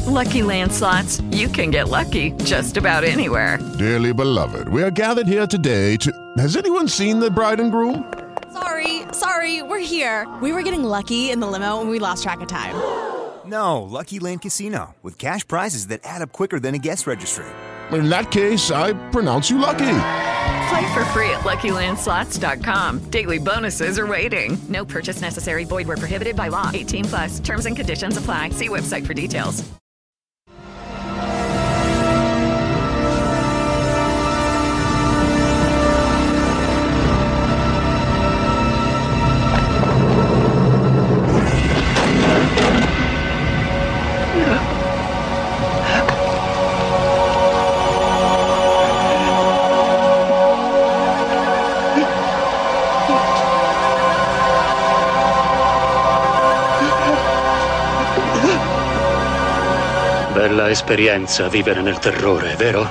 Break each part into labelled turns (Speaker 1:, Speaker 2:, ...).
Speaker 1: Lucky Land Slots, you can get lucky just about anywhere.
Speaker 2: Dearly beloved, we are gathered here today to... Has anyone seen the bride and groom?
Speaker 3: Sorry, we're here. We were getting lucky in the limo and we lost track of time.
Speaker 4: No, Lucky Land Casino, with cash prizes that add up quicker than a guest registry.
Speaker 2: In that case, I pronounce you lucky.
Speaker 1: Play for free at LuckyLandSlots.com. Daily bonuses are waiting. No purchase necessary. Void where prohibited by law. 18+. Terms and conditions apply. See website for details.
Speaker 5: Bella esperienza vivere nel terrore, vero?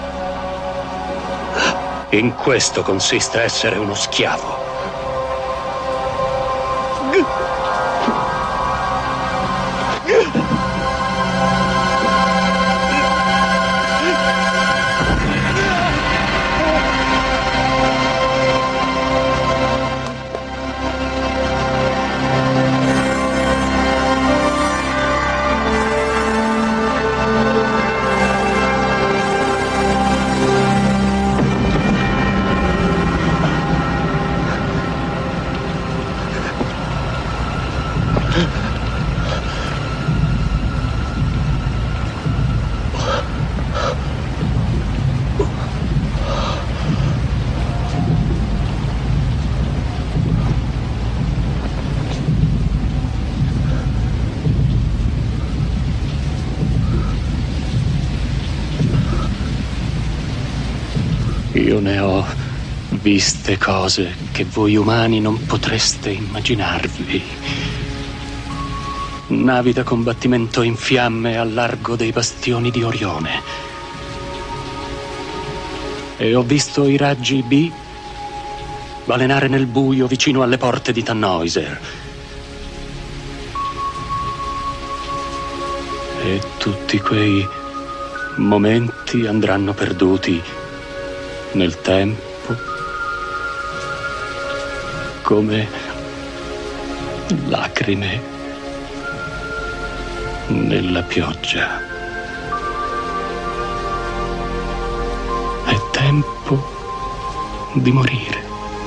Speaker 5: In questo consiste essere uno schiavo. Io ne ho viste cose che voi umani non potreste immaginarvi. Navi da combattimento in fiamme al largo dei bastioni di Orione. E ho visto i raggi B balenare nel buio vicino alle porte di Tannhäuser. E tutti quei momenti andranno perduti nel tempo, come lacrime nella pioggia. È tempo di morire.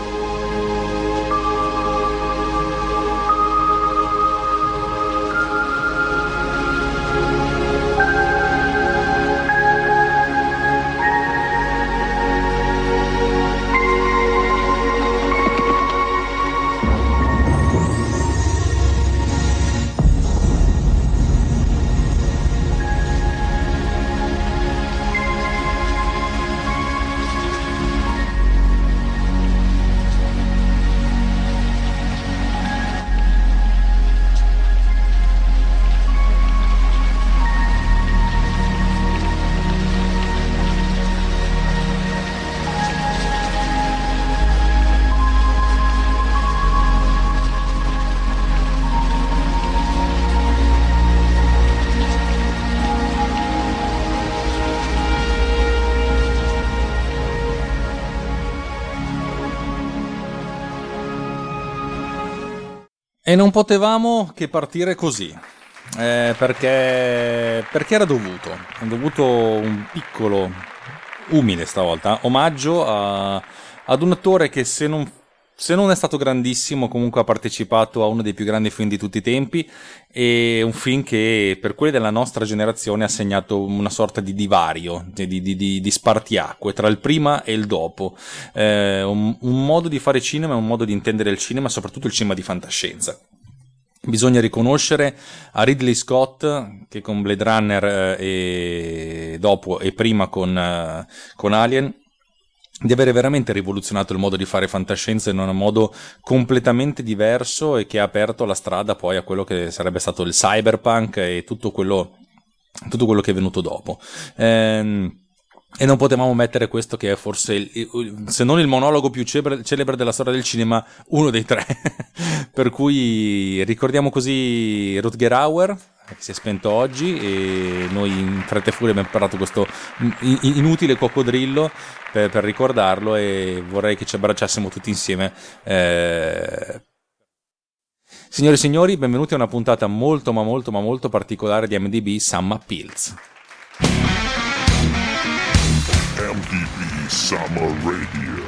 Speaker 6: E non potevamo che partire così, perché era dovuto. È dovuto un piccolo, umile stavolta, omaggio ad un attore che se non è stato grandissimo, comunque ha partecipato a uno dei più grandi film di tutti i tempi, e un film che per quelli della nostra generazione ha segnato una sorta di divario, di spartiacque tra il prima e il dopo, un modo di fare cinema, un modo di intendere il cinema, soprattutto il cinema di fantascienza. Bisogna riconoscere a Ridley Scott, che con Blade Runner e dopo e prima con Alien, di avere veramente rivoluzionato il modo di fare fantascienza in un modo completamente diverso, e che ha aperto la strada poi a quello che sarebbe stato il cyberpunk e tutto quello che è venuto dopo. E non potevamo mettere questo, che è forse se non il monologo più celebre della storia del cinema, uno dei tre. Per cui ricordiamo così Rutger Hauer, che si è spento oggi, e noi in fretta e furia abbiamo preparato questo inutile coccodrillo per ricordarlo, e vorrei che ci abbracciassimo tutti insieme. Signore e signori, benvenuti a una puntata molto ma molto particolare di MDB Summer Pills.
Speaker 2: MDB Summer Radio.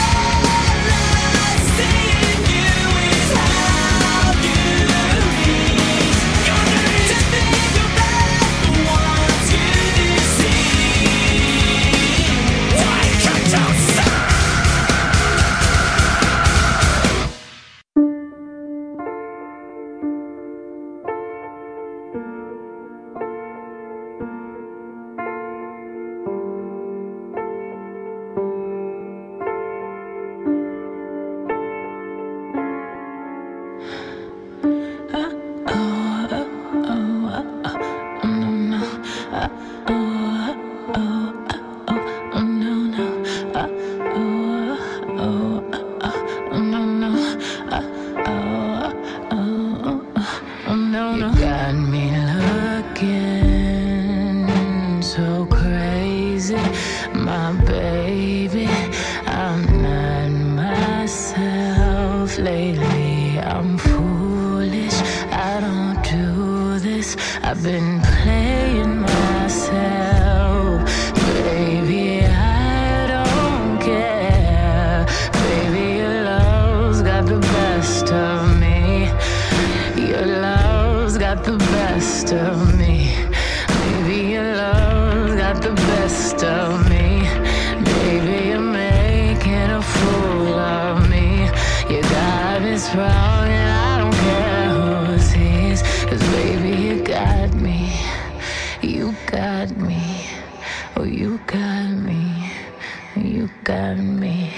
Speaker 7: I've been playing myself, baby, I don't care. Baby, your love's got the best of me. Your love's got the best of me. Baby, your love's got the best of me. Baby, you're making a fool of me. You got me sprung and I don't care who sees. 'Cause baby, you got me, you got me, oh you got me, you got me.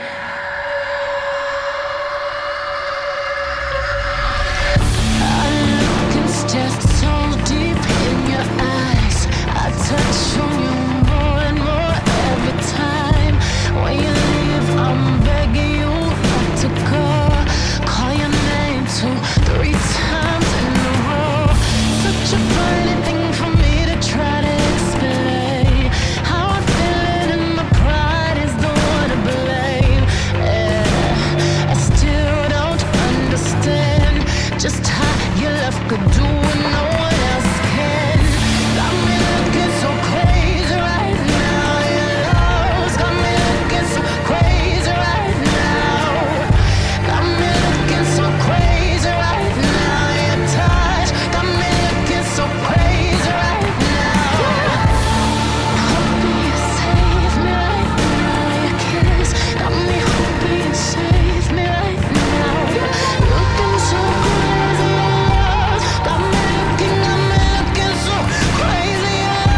Speaker 7: Our look is just so deep in your eyes. I touch on you more and more every time. When you leave, I'm begging you not to go. Call your name 2-3 times in a row. Such a funny thing for me to try to explain. How I'm feeling and my pride is the one to blame. I still don't understand just how your love could do what no one else can. Got me looking so crazy right now. Your love's got me looking so crazy right now. Got me looking so crazy right now. Your touch got me looking so crazy right now. Hoping you save me right now. Your kiss got me hoping you save me right now. Looking so crazy, your love got me looking so crazy.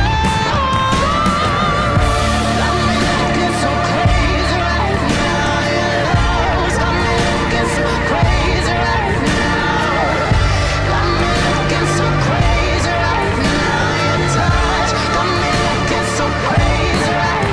Speaker 7: Got me looking so crazy right now. Your love's got me looking so crazy right now. Got me looking so crazy right now. Your touch got me looking so crazy right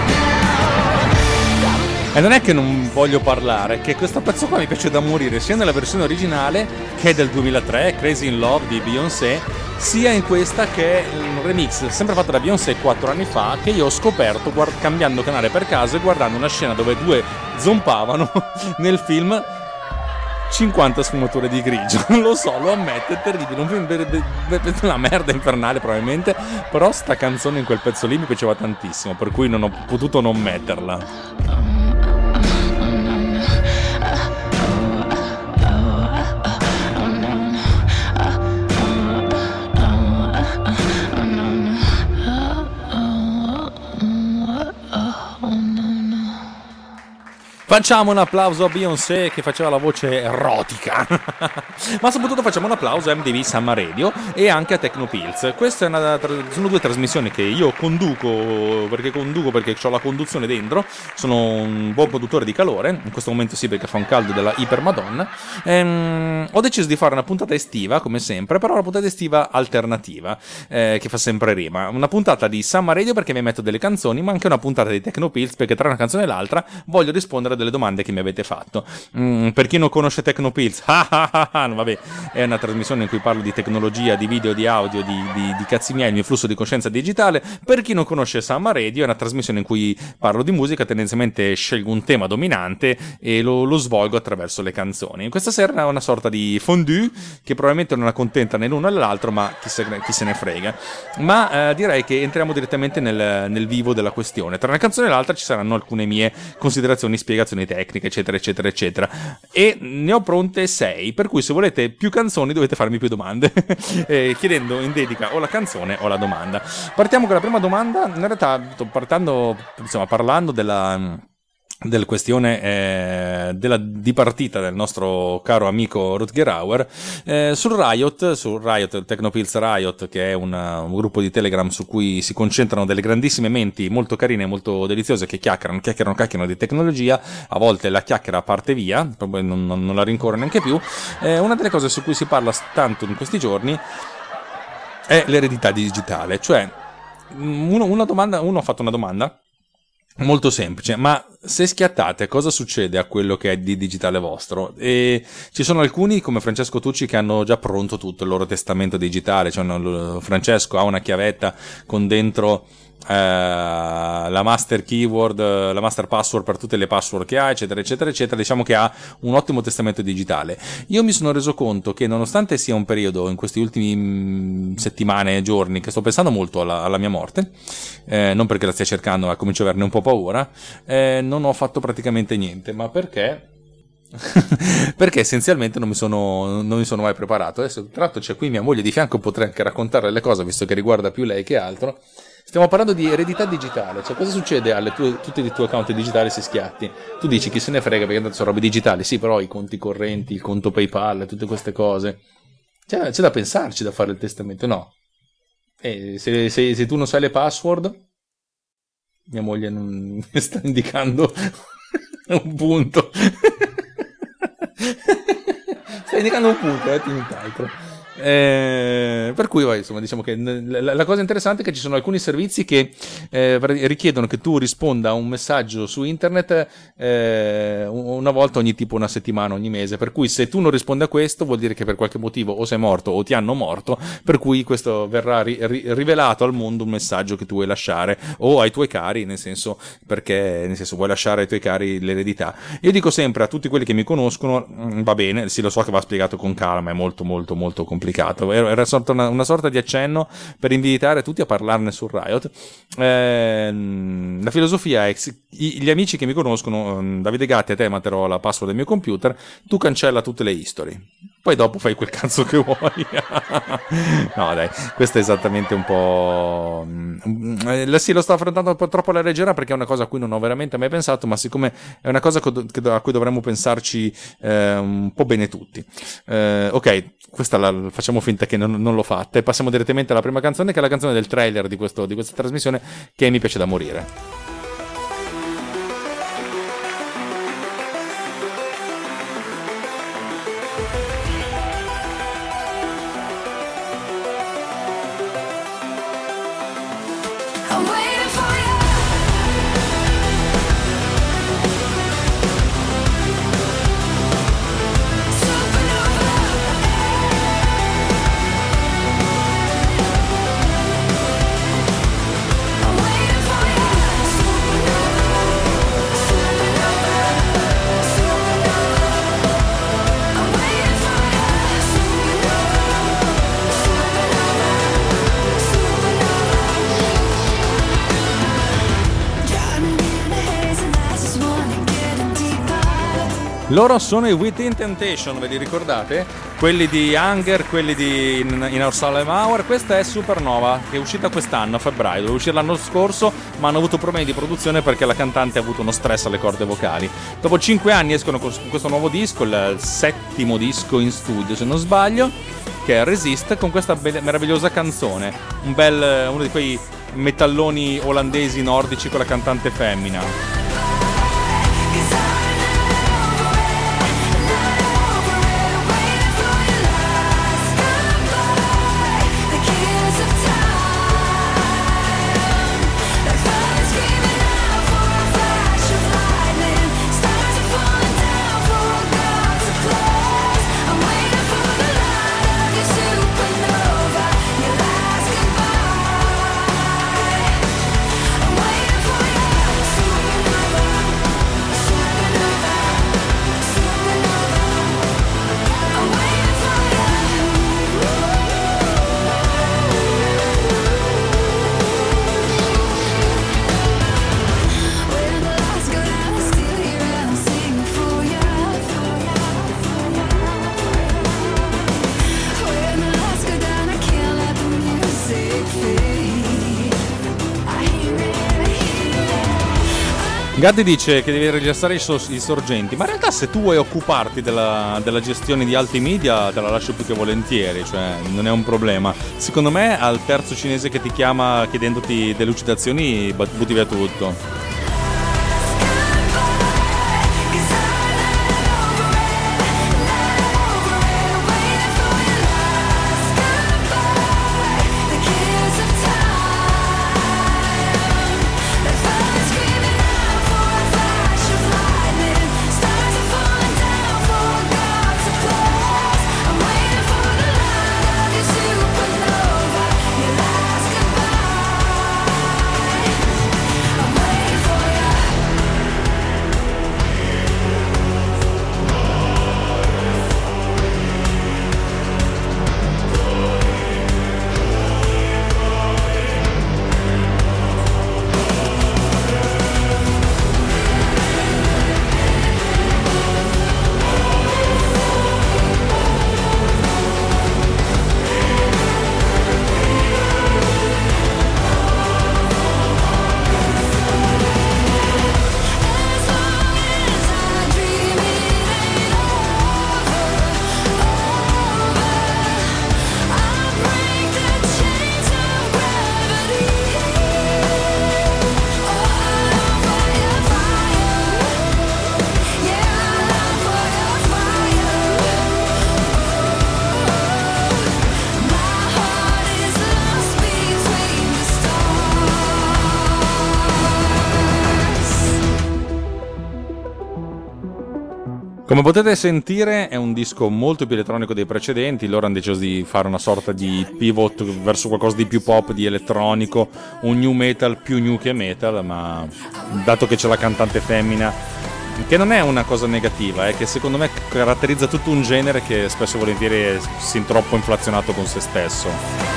Speaker 7: now.
Speaker 6: E non è che non voglio parlare, che questo pezzo qua mi piace da morire, sia nella versione originale, che è del 2003, Crazy in Love di Beyoncé, sia in questa, che è un remix sempre fatto da Beyoncé 4 anni fa, che io ho scoperto cambiando canale per caso e guardando una scena dove due zompavano nel film 50 sfumature di grigio. Lo so, lo ammetto, è terribile, un film una merda infernale probabilmente, però sta canzone in quel pezzo lì mi piaceva tantissimo, per cui non ho potuto non metterla. Facciamo un applauso a Beyoncé che faceva la voce erotica, ma soprattutto facciamo un applauso a MDB Summer Radio e anche a Tecnopills. Queste sono due trasmissioni che io conduco perché ho la conduzione dentro, sono un buon conduttore di calore, in questo momento sì perché fa un caldo della ipermadonna. Ho deciso di fare una puntata estiva come sempre, però una puntata estiva alternativa, che fa sempre rima, una puntata di Summer Radio perché mi metto delle canzoni, ma anche una puntata di Tecnopills perché tra una canzone e l'altra voglio rispondere delle domande che mi avete fatto. Per chi non conosce Tecnopills, vabbè, è una trasmissione in cui parlo di tecnologia, di video, di audio, di cazzi miei, il mio flusso di coscienza digitale. Per chi non conosce Summer Radio, è una trasmissione in cui parlo di musica, tendenzialmente scelgo un tema dominante e lo svolgo attraverso le canzoni. Questa sera è una sorta di fondue che probabilmente non accontenta né l'uno né l'altro, ma chi se ne frega. Ma direi che entriamo direttamente nel vivo della questione. Tra una canzone e l'altra ci saranno alcune mie considerazioni, spiegazioni tecniche, eccetera eccetera eccetera, e ne ho pronte 6, per cui se volete più canzoni dovete farmi più domande chiedendo in dedica o la canzone o la domanda. Partiamo con la prima domanda. In realtà sto parlando della questione della dipartita del nostro caro amico Rutger Hauer sul Riot, Tecnopills Riot, che è un gruppo di Telegram su cui si concentrano delle grandissime menti molto carine e molto deliziose che chiacchierano di tecnologia. A volte la chiacchiera parte via, non la rincorre neanche più. Una delle cose su cui si parla tanto in questi giorni è l'eredità digitale, cioè uno ha fatto una domanda molto semplice: ma se schiattate cosa succede a quello che è di digitale vostro? E ci sono alcuni come Francesco Tucci che hanno già pronto tutto il loro testamento digitale, cioè Francesco ha una chiavetta con dentro la master keyword, la master password per tutte le password che ha, eccetera eccetera eccetera. Diciamo che ha un ottimo testamento digitale. Io mi sono reso conto che nonostante sia un periodo in questi ultimi settimane e giorni che sto pensando molto alla mia morte, non perché la stia cercando, ma comincio ad averne un po' paura, non ho fatto praticamente niente. Ma perché? Perché essenzialmente non mi sono mai preparato. Adesso tra l'altro c'è qui mia moglie di fianco, potrei anche raccontarle le cose visto che riguarda più lei che altro. Stiamo parlando di eredità digitale, cioè cosa succede tutti i tuoi account digitali se schiatti? Tu dici chi se ne frega perché tanto sono robe digitali, sì, però i conti correnti, il conto PayPal, tutte queste cose, c'è da pensarci, da fare il testamento, no? E se tu non sai le password, mia moglie non mi sta indicando un punto. Stai indicando un punto, nient'altro. Per cui insomma, diciamo che la cosa interessante è che ci sono alcuni servizi che richiedono che tu risponda a un messaggio su internet una volta ogni tipo una settimana, ogni mese, per cui se tu non rispondi a questo vuol dire che per qualche motivo o sei morto o ti hanno morto, per cui questo verrà rivelato al mondo un messaggio che tu vuoi lasciare o ai tuoi cari, nel senso vuoi lasciare ai tuoi cari l'eredità. Io dico sempre a tutti quelli che mi conoscono, va bene, sì, lo so che va spiegato con calma, è molto molto molto complicato. Era una sorta di accenno per invitare tutti a parlarne sul Riot. La filosofia è gli amici che mi conoscono, Davide Gatti, a te manterrò la password del mio computer, tu cancella tutte le history, poi dopo fai quel cazzo che vuoi. No dai, questo è esattamente un po'... Sì, lo sto affrontando un po' troppo alla leggera perché è una cosa a cui non ho veramente mai pensato, ma siccome è una cosa a cui dovremmo pensarci un po' bene tutti. Ok, questa facciamo finta che non l'ho fatta e passiamo direttamente alla prima canzone, che è la canzone del trailer di questa trasmissione, che mi piace da morire. Loro sono i Within Temptation, ve li ricordate? Quelli di Hunger, quelli di In Our Salem Hour. Questa è Supernova, che è uscita quest'anno a febbraio, doveva uscire l'anno scorso, ma hanno avuto problemi di produzione perché la cantante ha avuto uno stress alle corde vocali. Dopo 5 anni escono con questo nuovo disco, il 7° disco in studio se non sbaglio, che è Resist, con questa meravigliosa canzone, uno di quei metalloni olandesi nordici con la cantante femmina. Gaddi dice che devi rilassare i sorgenti, ma in realtà se tu vuoi occuparti della gestione di altri media te la lascio più che volentieri, cioè non è un problema. Secondo me al terzo cinese che ti chiama chiedendoti delucidazioni butti via tutto. Come potete sentire è un disco molto più elettronico dei precedenti, loro hanno deciso di fare una sorta di pivot verso qualcosa di più pop, di elettronico, un new metal più new che metal, ma dato che c'è la cantante femmina, che non è una cosa negativa, che secondo me caratterizza tutto un genere che spesso e volentieri è sin troppo inflazionato con se stesso.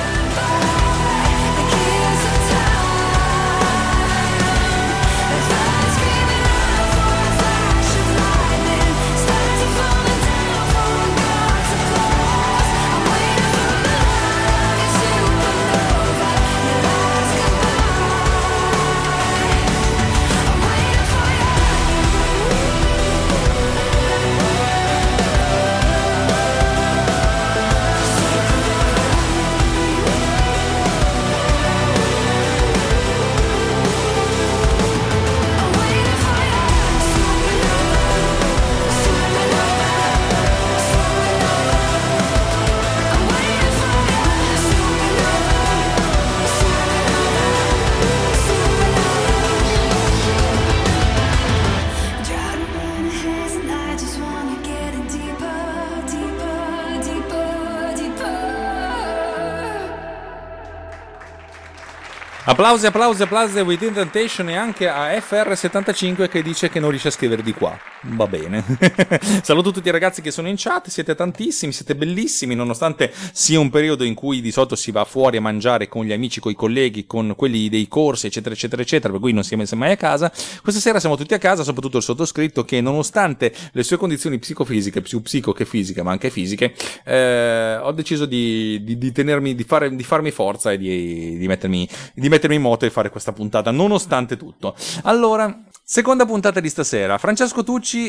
Speaker 6: Applausi, applausi, applausi a Within Temptation e anche a FR75 che dice che non riesce a scrivere di qua. Va bene. Saluto tutti i ragazzi che sono in chat, siete tantissimi, siete bellissimi, nonostante sia un periodo in cui di solito si va fuori a mangiare con gli amici, con i colleghi, con quelli dei corsi, eccetera, eccetera, eccetera, per cui non si è messo mai a casa. Questa sera siamo tutti a casa, soprattutto il sottoscritto che nonostante le sue condizioni psicofisiche, più psico che fisiche, ma anche fisiche, ho deciso di tenermi, di farmi forza e di mettermi in moto e fare questa puntata nonostante tutto. Allora, seconda puntata di stasera. Francesco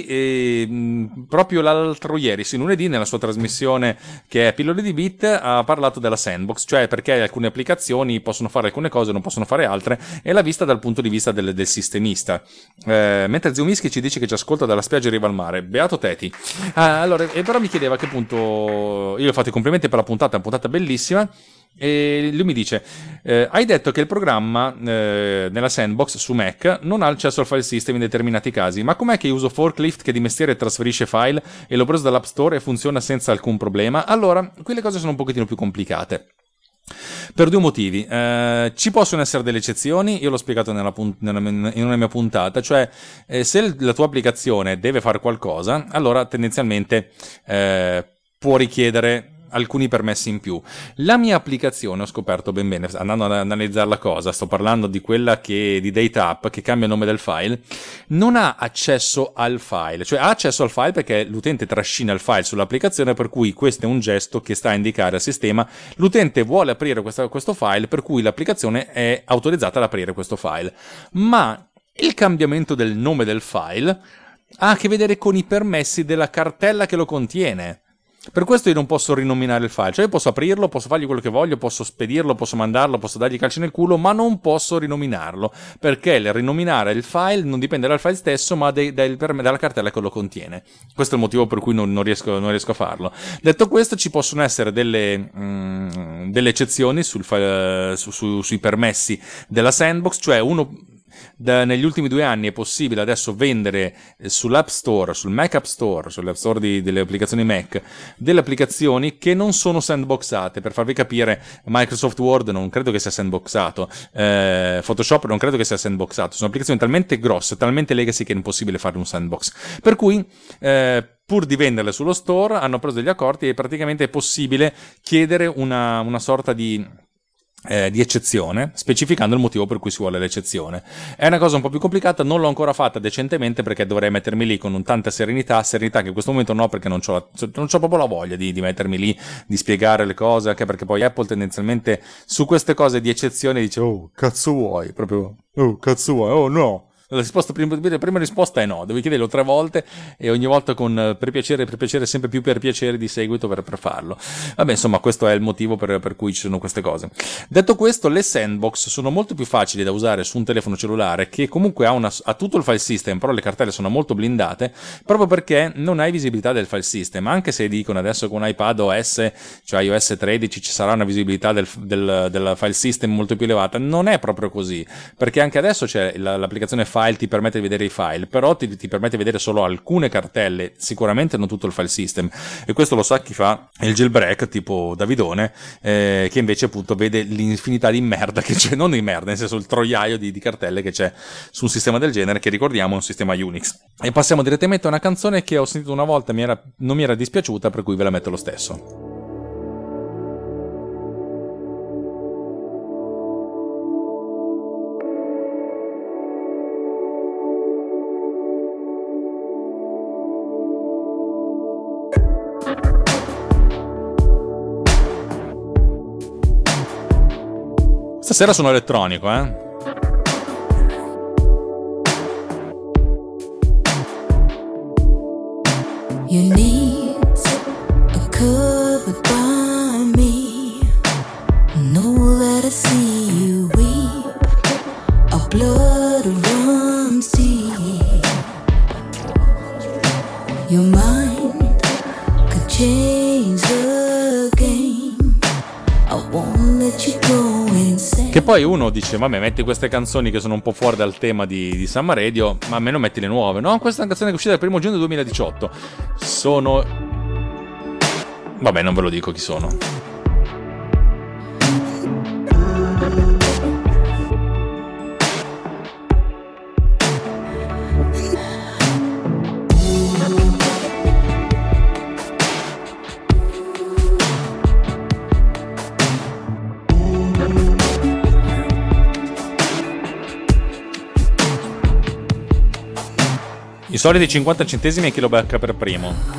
Speaker 6: Tucci, proprio l'altro ieri, sì, lunedì, nella sua trasmissione che è Pillole di Beat, ha parlato della sandbox, cioè perché alcune applicazioni possono fare alcune cose, non possono fare altre, e l'ha vista dal punto di vista del sistemista. Mentre Zio Mischi ci dice che ci ascolta dalla spiaggia in riva al mare. Beato Teti. Allora, però mi chiedeva a che punto, io ho fatto i complimenti per la puntata, una puntata bellissima. E lui mi dice: hai detto che il programma nella sandbox su Mac non ha accesso al file system in determinati casi, ma com'è che uso Forklift che di mestiere trasferisce file e l'ho preso dall'App Store e funziona senza alcun problema? Allora, qui le cose sono un pochettino più complicate per due motivi. Ci possono essere delle eccezioni, io l'ho spiegato in una mia puntata, cioè se la tua applicazione deve fare qualcosa, allora tendenzialmente può richiedere alcuni permessi in più. La mia applicazione, ho scoperto ben bene, andando ad analizzare la cosa, sto parlando di quella di DataApp, che cambia il nome del file, non ha accesso al file, cioè ha accesso al file perché l'utente trascina il file sull'applicazione, per cui questo è un gesto che sta a indicare al sistema l'utente vuole aprire questo file, per cui l'applicazione è autorizzata ad aprire questo file. Ma il cambiamento del nome del file ha a che vedere con i permessi della cartella che lo contiene. Per questo io non posso rinominare il file, cioè io posso aprirlo, posso fargli quello che voglio, posso spedirlo, posso mandarlo, posso dargli calci nel culo, ma non posso rinominarlo, perché il rinominare il file non dipende dal file stesso, ma dalla cartella che lo contiene. Questo è il motivo per cui non riesco a farlo. Detto questo, ci possono essere delle eccezioni sui permessi della sandbox, cioè negli ultimi 2 anni è possibile adesso vendere sull'App Store, sul Mac App Store, sull'App Store delle applicazioni Mac, delle applicazioni che non sono sandboxate. Per farvi capire, Microsoft Word non credo che sia sandboxato, Photoshop non credo che sia sandboxato, sono applicazioni talmente grosse, talmente legacy che è impossibile fare un sandbox, per cui pur di venderle sullo store hanno preso degli accordi e praticamente è possibile chiedere una sorta di eccezione, specificando il motivo per cui si vuole l'eccezione. È una cosa un po' più complicata, non l'ho ancora fatta decentemente perché dovrei mettermi lì con tanta serenità che in questo momento no, perché non c'ho proprio la voglia di mettermi lì, di spiegare le cose, anche perché poi Apple tendenzialmente su queste cose di eccezione dice oh cazzo vuoi, proprio oh cazzo vuoi, oh no. La prima risposta è no, devi chiederlo 3 volte e ogni volta con per piacere, sempre più per piacere di seguito per farlo. Vabbè, insomma, questo è il motivo per cui ci sono queste cose. Detto questo, le sandbox sono molto più facili da usare su un telefono cellulare che comunque ha tutto il file system, però le cartelle sono molto blindate, proprio perché non hai visibilità del file system. Anche se dicono adesso con iPad OS, cioè iOS 13, ci sarà una visibilità del file system molto più elevata, non è proprio così, perché anche adesso c'è l'applicazione file ti permette di vedere i file, però ti permette di vedere solo alcune cartelle, sicuramente non tutto il file system, e questo lo sa chi fa il jailbreak tipo Davidone, che invece appunto vede l'infinità di merda che c'è, non di merda, nel senso il troiaio di cartelle che c'è su un sistema del genere, che ricordiamo è un sistema Unix. E passiamo direttamente a una canzone che ho sentito una volta, non mi era dispiaciuta, per cui ve la metto lo stesso. Stasera sono elettronico,
Speaker 7: Your knees are covered by me. Know that I see you weep. Our blood runs deep. Your mind could change the game. I won't let you go.
Speaker 6: Che poi uno dice, vabbè, metti queste canzoni che sono un po' fuori dal tema di Summer Radio, ma almeno metti le nuove. No, questa è una canzone che è uscita il 1 giugno 2018. Sono... vabbè, non ve lo dico chi sono. I soliti 50 centesimi a chi lo becca per primo.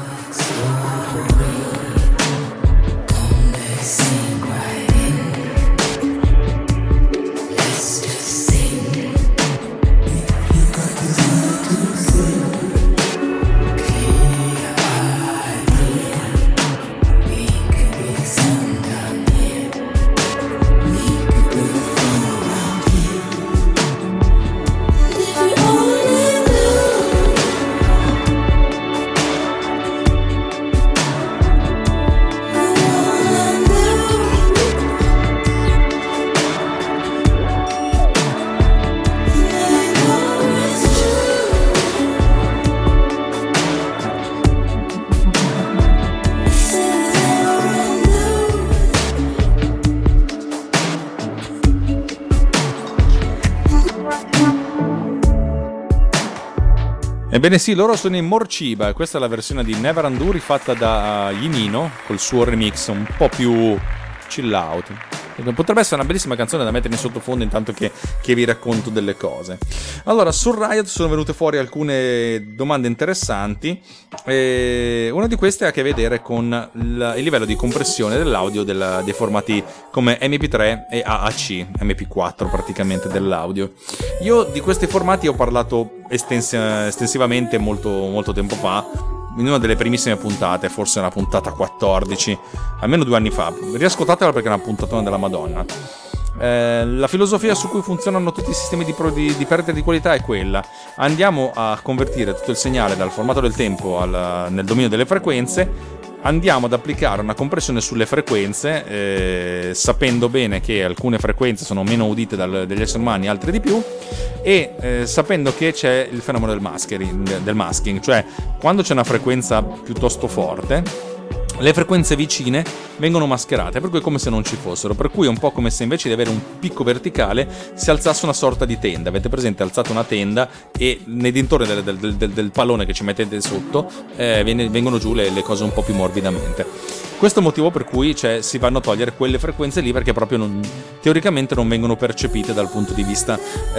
Speaker 6: Ebbene sì, loro sono in Morciba e questa è la versione di Never Undo rifatta da Yinino col suo remix un po' più chill out. Potrebbe essere una bellissima canzone da mettere in sottofondo intanto che vi racconto delle cose. Allora, su Riot sono venute fuori alcune domande interessanti e una di queste ha a che vedere con il livello di compressione dell'audio dei formati come MP3 e AAC, MP4 praticamente dell'audio. Io di questi formati ho parlato estensivamente molto tempo fa, in una delle primissime puntate, forse una puntata 14, almeno 2 anni fa. Riascoltatela perché è una puntatona della Madonna. La filosofia su cui funzionano tutti i sistemi di perdita di qualità è quella: andiamo a convertire tutto il segnale dal formato del tempo nel dominio delle frequenze, andiamo ad applicare una compressione sulle frequenze, sapendo bene che alcune frequenze sono meno udite dagli esseri umani, altre di più, e sapendo che c'è il fenomeno del masking, cioè quando c'è una frequenza piuttosto forte le frequenze vicine vengono mascherate, per cui è come se non ci fossero, per cui è un po' come se invece di avere un picco verticale si alzasse una sorta di tenda. Avete presente, alzate una tenda e nei dintorni del pallone che ci mettete sotto vengono giù le cose un po' più morbidamente. Questo è il motivo per cui si vanno a togliere quelle frequenze lì, perché proprio teoricamente non vengono percepite dal punto di vista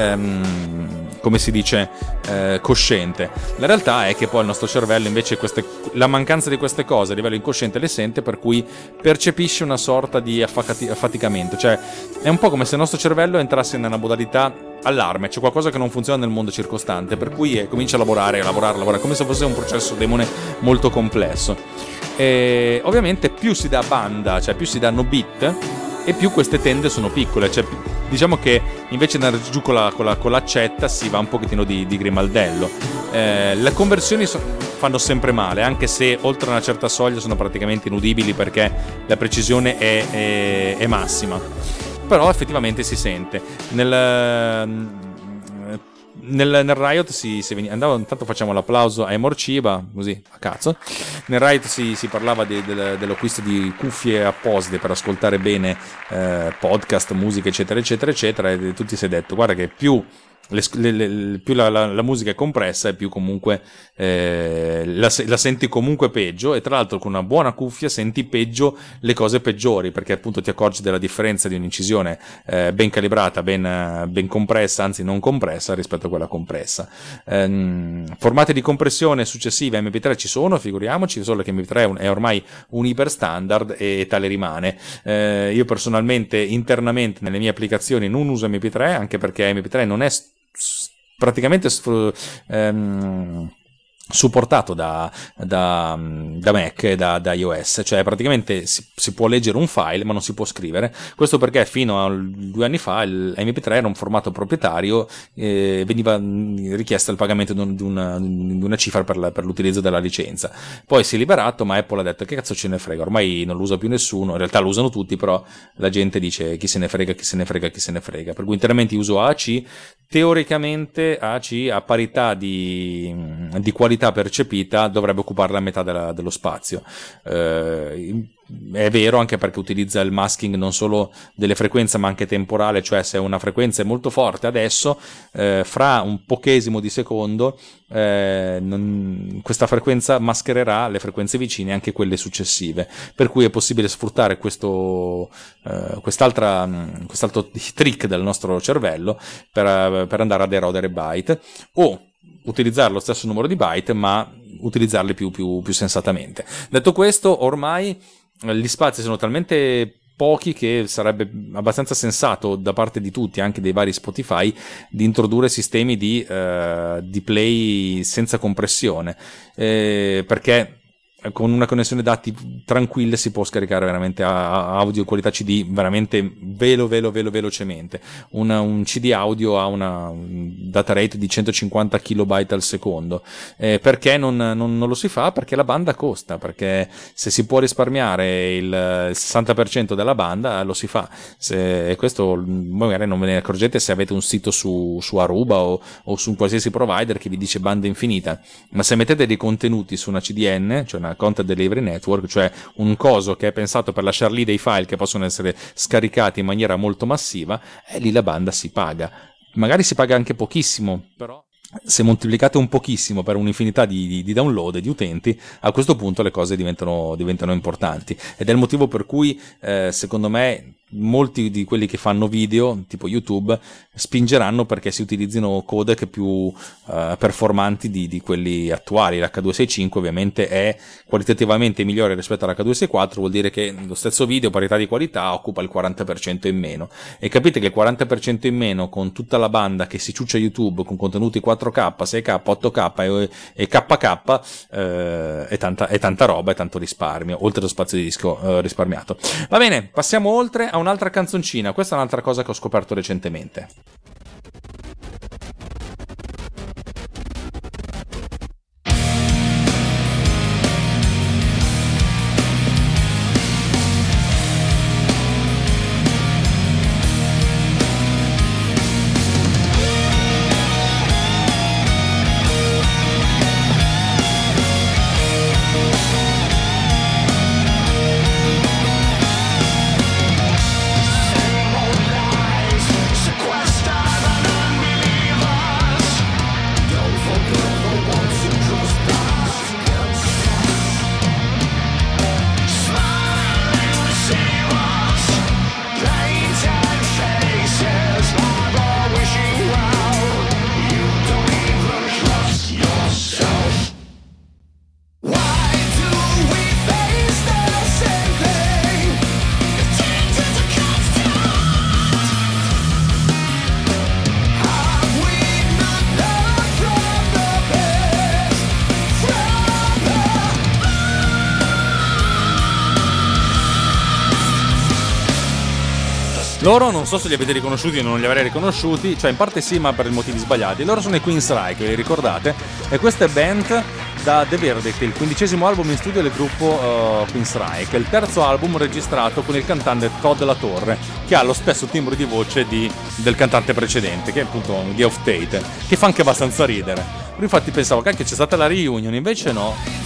Speaker 6: come si dice cosciente. La realtà è che poi il nostro cervello invece la mancanza di queste cose a livello incosciente le sente, per cui percepisce una sorta di affaticamento, cioè è un po' come se il nostro cervello entrasse in una modalità allarme, c'è qualcosa che non funziona nel mondo circostante, per cui comincia a lavorare come se fosse un processo demone molto complesso. E ovviamente più si dà banda, cioè più si danno bit, e più queste tende sono piccole, cioè diciamo che invece di andare giù con l'accetta si va un pochettino di grimaldello. Le conversioni fanno sempre male, anche se oltre una certa soglia sono praticamente inudibili perché la precisione è massima, però effettivamente si sente. Nel Riot andava, intanto facciamo l'applauso a Morciba, così a cazzo. Nel Riot si parlava dell'acquisto di cuffie apposite per ascoltare bene podcast, musica eccetera e tutti si è detto guarda che più la musica è compressa e più comunque la senti comunque peggio, e tra l'altro con una buona cuffia senti peggio le cose peggiori, perché appunto ti accorgi della differenza di un'incisione ben calibrata, ben compressa, anzi non compressa rispetto a quella compressa. Formati di compressione successivi a MP3 ci sono, figuriamoci, solo che MP3 è ormai un iper standard e tale rimane. Io personalmente internamente nelle mie applicazioni non uso MP3, anche perché MP3 non è praticamente supportato da Mac e da iOS, cioè praticamente si può leggere un file ma non si può scrivere. Questo perché fino a 2 anni fa il MP3 era un formato proprietario, veniva richiesta il pagamento di una cifra per l'utilizzo della licenza. Poi si è liberato, ma Apple ha detto che cazzo ce ne frega, ormai non lo usa più nessuno, in realtà lo usano tutti, però la gente dice chi se ne frega, per cui interamente uso AAC. Teoricamente AAC a parità di qualità percepita dovrebbe occupare la metà dello spazio. È vero, anche perché utilizza il masking non solo delle frequenze ma anche temporale, cioè se una frequenza è molto forte adesso, fra un pochesimo di secondo questa frequenza maschererà le frequenze vicine, anche quelle successive, per cui è possibile sfruttare quest'altro trick del nostro cervello per andare ad erodere byte, o utilizzare lo stesso numero di byte ma utilizzarli più sensatamente. Detto questo, ormai gli spazi sono talmente pochi che sarebbe abbastanza sensato da parte di tutti, anche dei vari Spotify, di introdurre sistemi di play senza compressione, perché con una connessione dati tranquilla si può scaricare veramente audio qualità CD veramente velocemente. Un CD audio ha una data rate di 150 kilobyte al secondo. Perché non lo si fa? Perché la banda costa, perché se si può risparmiare il 60% della banda lo si fa. E questo magari non ve ne accorgete se avete un sito su Aruba o su un qualsiasi provider che vi dice banda infinita, ma se mettete dei contenuti su una CDN, cioè una Content Delivery Network, cioè un coso che è pensato per lasciare lì dei file che possono essere scaricati in maniera molto massiva, e lì la banda si paga. Magari si paga anche pochissimo, però se moltiplicate un pochissimo per un'infinità di download e di utenti, a questo punto le cose diventano importanti, ed è il motivo per cui secondo me molti di quelli che fanno video tipo YouTube spingeranno perché si utilizzino codec più performanti di quelli attuali. L'H265 ovviamente è qualitativamente migliore rispetto all'H264, vuol dire che lo stesso video, parità di qualità, occupa il 40% in meno, e capite che il 40% in meno con tutta la banda che si ciuccia YouTube con contenuti 4K, 6K, 8K e KK è tanta roba, è tanto risparmio, oltre allo spazio di disco risparmiato. Va bene, passiamo oltre a un'altra canzoncina. Questa è un'altra cosa che ho scoperto recentemente. Loro non so se li avete riconosciuti o non li avrei riconosciuti, cioè in parte sì, ma per motivi sbagliati. Loro sono i Queensryche, vi ricordate? E questa è band da The Verdict, il 15° album in studio del gruppo Queensryche, il terzo album registrato con il cantante Todd La Torre, che ha lo stesso timbro di voce del cantante precedente, che è appunto Geoff Tate, che fa anche abbastanza ridere. Infatti pensavo, cacchio, c'è stata la reunion, invece no.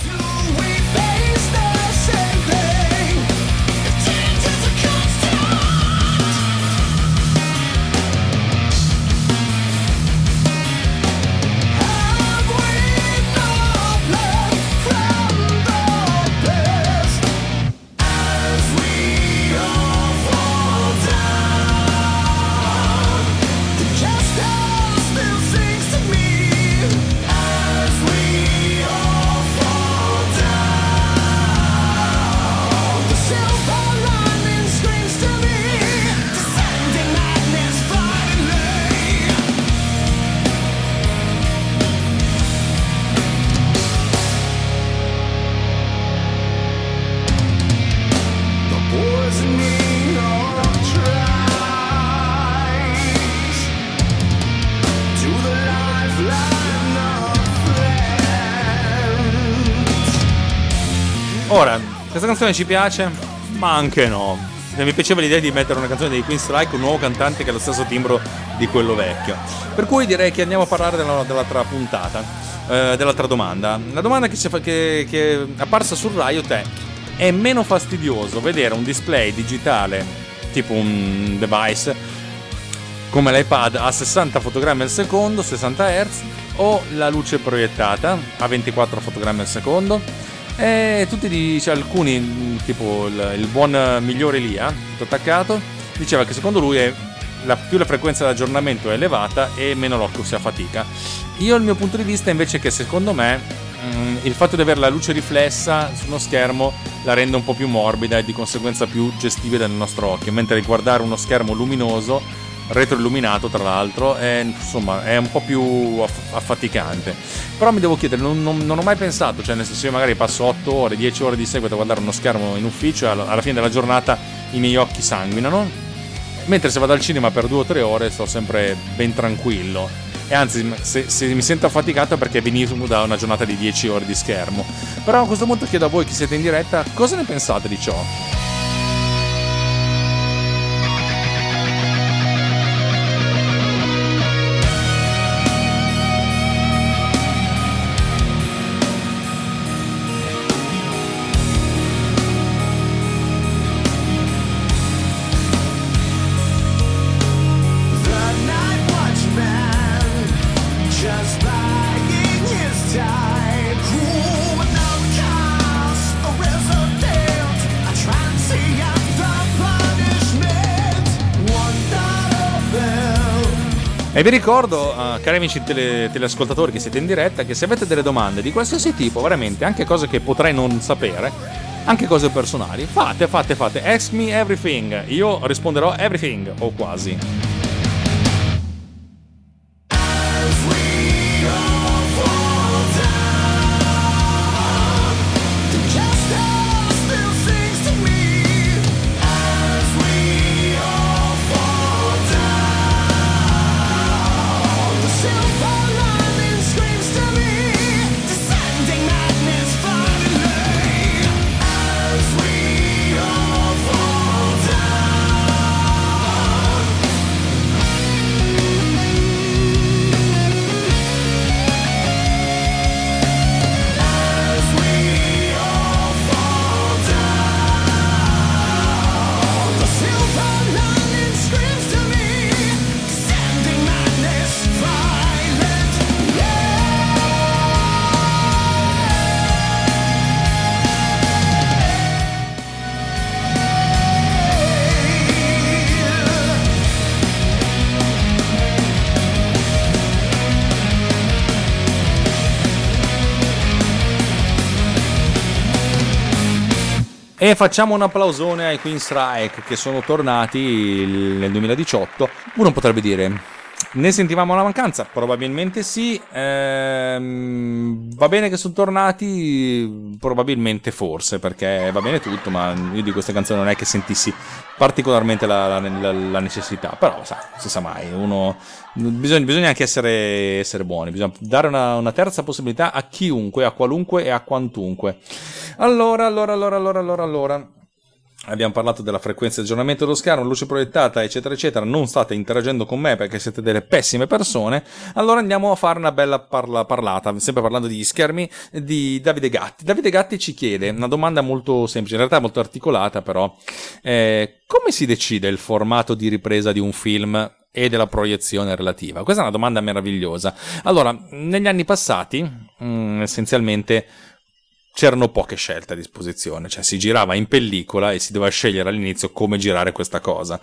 Speaker 6: Ora, questa canzone ci piace, ma anche no. Mi piaceva l'idea di mettere una canzone dei Queensryche, un nuovo cantante che ha lo stesso timbro di quello vecchio. Per cui direi che andiamo a parlare dell'altra puntata, dell'altra domanda. La domanda che è apparsa su Riot è meno fastidioso vedere un display digitale, tipo un device, come l'iPad a 60 fotogrammi al secondo, 60 Hz, o la luce proiettata a 24 fotogrammi al secondo? E tutti alcuni, tipo il buon migliore Elia, tutto attaccato, diceva che secondo lui più la frequenza di aggiornamento è elevata e meno l'occhio si affatica. Io il mio punto di vista invece è che secondo me il fatto di avere la luce riflessa su uno schermo la rende un po' più morbida e di conseguenza più gestibile dal nostro occhio, mentre guardare uno schermo luminoso, retroilluminato tra l'altro, insomma è un po' più affaticante. Però mi devo chiedere, non ho mai pensato, cioè nel senso, io magari passo 8 ore, 10 ore di seguito a guardare uno schermo in ufficio e alla fine della giornata i miei occhi sanguinano, mentre se vado al cinema per 2 o 3 ore sto sempre ben tranquillo, e anzi se mi sento affaticato è perché venivo da una giornata di 10 ore di schermo. Però a questo punto chiedo a voi che siete in diretta, cosa ne pensate di ciò?
Speaker 7: Just by
Speaker 6: E vi ricordo, cari amici teleascoltatori che siete in diretta, che se avete delle domande di qualsiasi tipo, veramente anche cose che potrei non sapere, anche cose personali, fate, ask me everything, io risponderò everything, o quasi. E facciamo un applausone ai Queensryche che sono tornati nel 2018. Uno potrebbe dire, ne sentivamo la mancanza? Probabilmente sì. Va bene che sono tornati? Probabilmente forse, perché va bene tutto, ma io di queste canzoni non è che sentissi particolarmente la necessità. Però sai, non si sa mai, bisogna anche essere buoni, bisogna dare una terza possibilità a chiunque, a qualunque e a quantunque. Allora, abbiamo parlato della frequenza di aggiornamento dello schermo, luce proiettata, eccetera, eccetera. Non state interagendo con me perché siete delle pessime persone. Allora andiamo a fare una bella parlata, sempre parlando di schermi, di Davide Gatti. Davide Gatti ci chiede una domanda molto semplice, in realtà molto articolata, però. Come si decide il formato di ripresa di un film e della proiezione relativa? Questa è una domanda meravigliosa. Allora, negli anni passati, essenzialmente, c'erano poche scelte a disposizione, cioè si girava in pellicola e si doveva scegliere all'inizio come girare questa cosa.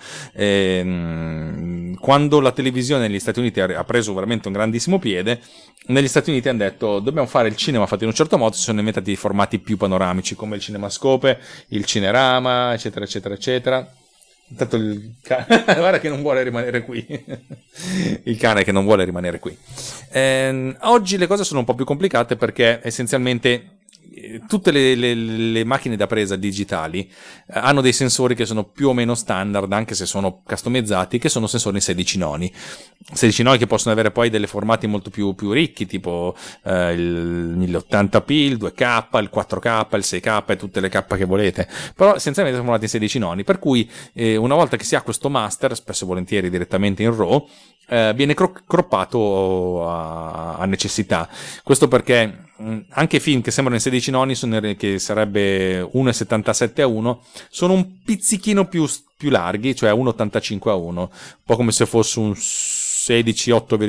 Speaker 6: Quando la televisione negli Stati Uniti ha preso veramente un grandissimo piede, negli Stati Uniti hanno detto dobbiamo fare il cinema fatto in un certo modo, si sono inventati i formati più panoramici come il cinemascope, il cinerama, eccetera, eccetera, eccetera. Intanto il cane, guarda che non vuole rimanere qui. Il cane che non vuole rimanere qui. Oggi le cose sono un po' più complicate perché essenzialmente tutte le macchine da presa digitali hanno dei sensori che sono più o meno standard, anche se sono customizzati, che sono sensori 16 noni che possono avere poi dei formati molto più ricchi, tipo il 1080p, il 2K, il 4K, il 6K e tutte le K che volete, però essenzialmente sono formati in 16 noni, per cui una volta che si ha questo master, spesso e volentieri direttamente in RAW, viene croppato a necessità. Questo perché anche film che sembrano in 16 noni, che sarebbe 1,77:1, sono un pizzichino più larghi, cioè 1,85:1, un po' come se fosse un 16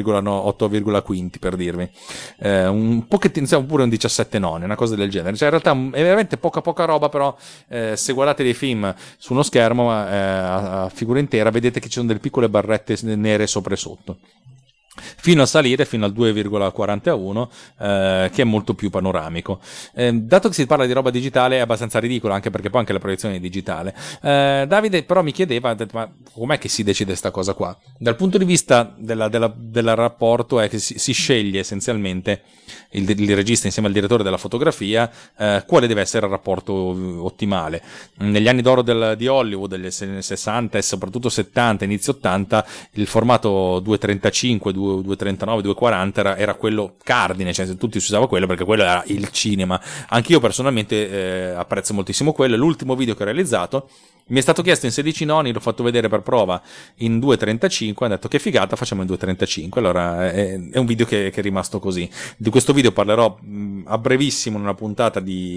Speaker 6: 8,5 per dirvi, un pochettino, oppure un 17 noni, una cosa del genere. Cioè in realtà è veramente poca roba, però se guardate dei film su uno schermo a figura intera vedete che ci sono delle piccole barrette nere sopra e sotto, fino a salire fino al 2,40:1, che è molto più panoramico. Dato che si parla di roba digitale è abbastanza ridicolo, anche perché poi anche la proiezione è digitale. Davide però mi chiedeva, ma com'è che si decide sta cosa qua? Dal punto di vista del rapporto è che si sceglie essenzialmente il regista insieme al direttore della fotografia quale deve essere il rapporto ottimale. Negli anni d'oro di Hollywood, degli 60 e soprattutto 70, inizio 80, il formato 2.35, 2.39, 2.40 era quello cardine, cioè tutti si usava quello perché quello era il cinema. Anch'io personalmente apprezzo moltissimo quello. L'ultimo video che ho realizzato mi è stato chiesto in 16 noni, l'ho fatto vedere per prova in 2.35, ho detto che figata, facciamo in 2.35, allora è un video che è rimasto così. Di questo video parlerò a brevissimo in una puntata di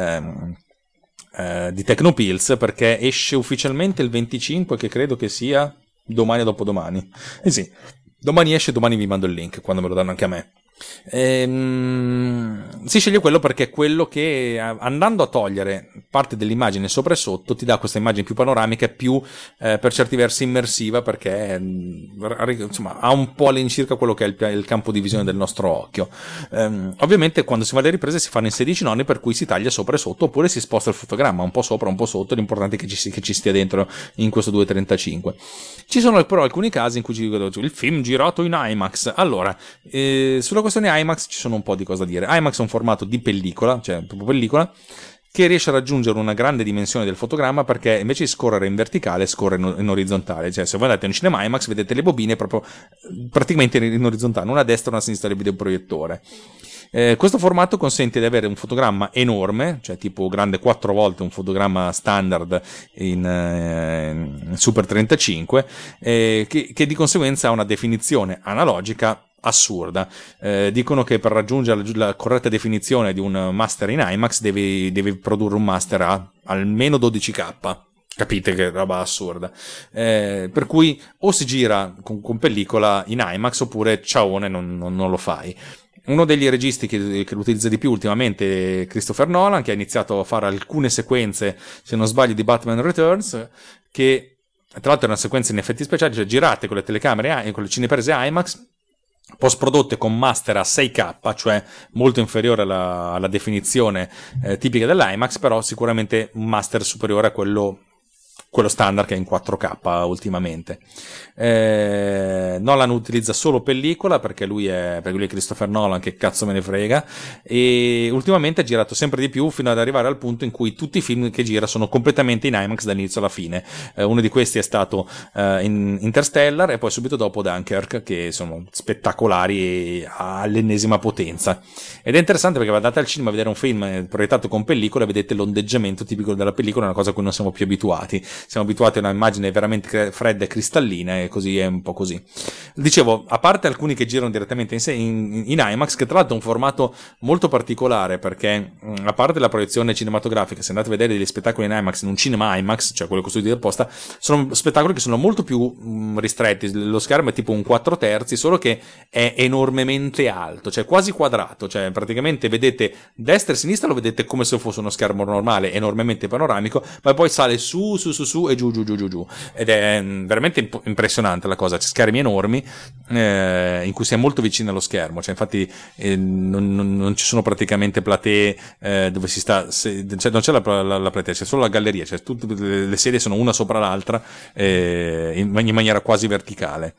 Speaker 6: Tecnopills, perché esce ufficialmente il 25, che credo che sia domani o dopodomani. Sì, domani esce, domani vi mando il link quando me lo danno anche a me. Si sceglie quello perché è quello che, andando a togliere parte dell'immagine sopra e sotto, ti dà questa immagine più panoramica e più per certi versi immersiva, perché insomma ha un po' all'incirca quello che è il campo di visione del nostro occhio. Ovviamente quando si fa le riprese si fanno in 16 noni, per cui si taglia sopra e sotto, oppure si sposta il fotogramma un po' sopra un po' sotto. L'importante è che ci stia dentro in questo 2.35. Ci sono però alcuni casi in cui il film girato in IMAX. Allora, sulla questione IMAX ci sono un po' di cosa dire. IMAX è un formato di pellicola, cioè proprio pellicola, che riesce a raggiungere una grande dimensione del fotogramma, perché invece di scorrere in verticale scorre in orizzontale. Cioè, se voi andate in un cinema IMAX vedete le bobine proprio praticamente in orizzontale, una a destra e una a sinistra del videoproiettore. Questo formato consente di avere un fotogramma enorme, cioè tipo grande 4 volte un fotogramma standard in Super 35, che di conseguenza ha una definizione analogica assurda. Dicono che per raggiungere la corretta definizione di un master in IMAX devi produrre un master a almeno 12K. Capite che roba assurda. Per cui o si gira con pellicola in IMAX oppure ciaone, non lo fai. Uno degli registi che lo utilizza di più ultimamente è Christopher Nolan, che ha iniziato a fare alcune sequenze, se non sbaglio, di Batman Returns, che tra l'altro è una sequenza in effetti speciali, cioè girate con le telecamere e con le cineprese IMAX, post prodotte con master a 6K, cioè molto inferiore alla definizione tipica dell'IMAX, però sicuramente un master superiore a quello standard, che è in 4K ultimamente. Nolan utilizza solo pellicola perché lui è Christopher Nolan, che cazzo me ne frega, e ultimamente ha girato sempre di più fino ad arrivare al punto in cui tutti i film che gira sono completamente in IMAX dall'inizio alla fine. Uno di questi è stato in Interstellar, e poi subito dopo Dunkirk, che sono spettacolari all'ennesima potenza. Ed è interessante perché andate al cinema a vedere un film proiettato con pellicola e vedete l'ondeggiamento tipico della pellicola, una cosa a cui non siamo più abituati. Siamo abituati a un'immagine veramente fredda e cristallina, e così è un po' così. Dicevo, a parte alcuni che girano direttamente in IMAX, che tra l'altro è un formato molto particolare, perché a parte la proiezione cinematografica, se andate a vedere degli spettacoli in IMAX in un cinema IMAX, cioè quello costruito apposta, sono spettacoli che sono molto più ristretti. Lo schermo è tipo un 4/3, solo che è enormemente alto, cioè quasi quadrato, cioè praticamente vedete destra e sinistra, lo vedete come se fosse uno schermo normale, enormemente panoramico, ma poi sale su e giù, ed è veramente impressionante la cosa. C'è schermi enormi in cui si è molto vicino allo schermo, cioè infatti non ci sono praticamente platee dove si sta, non c'è la platea, c'è solo la galleria, cioè tutte le sedie sono una sopra l'altra in maniera quasi verticale.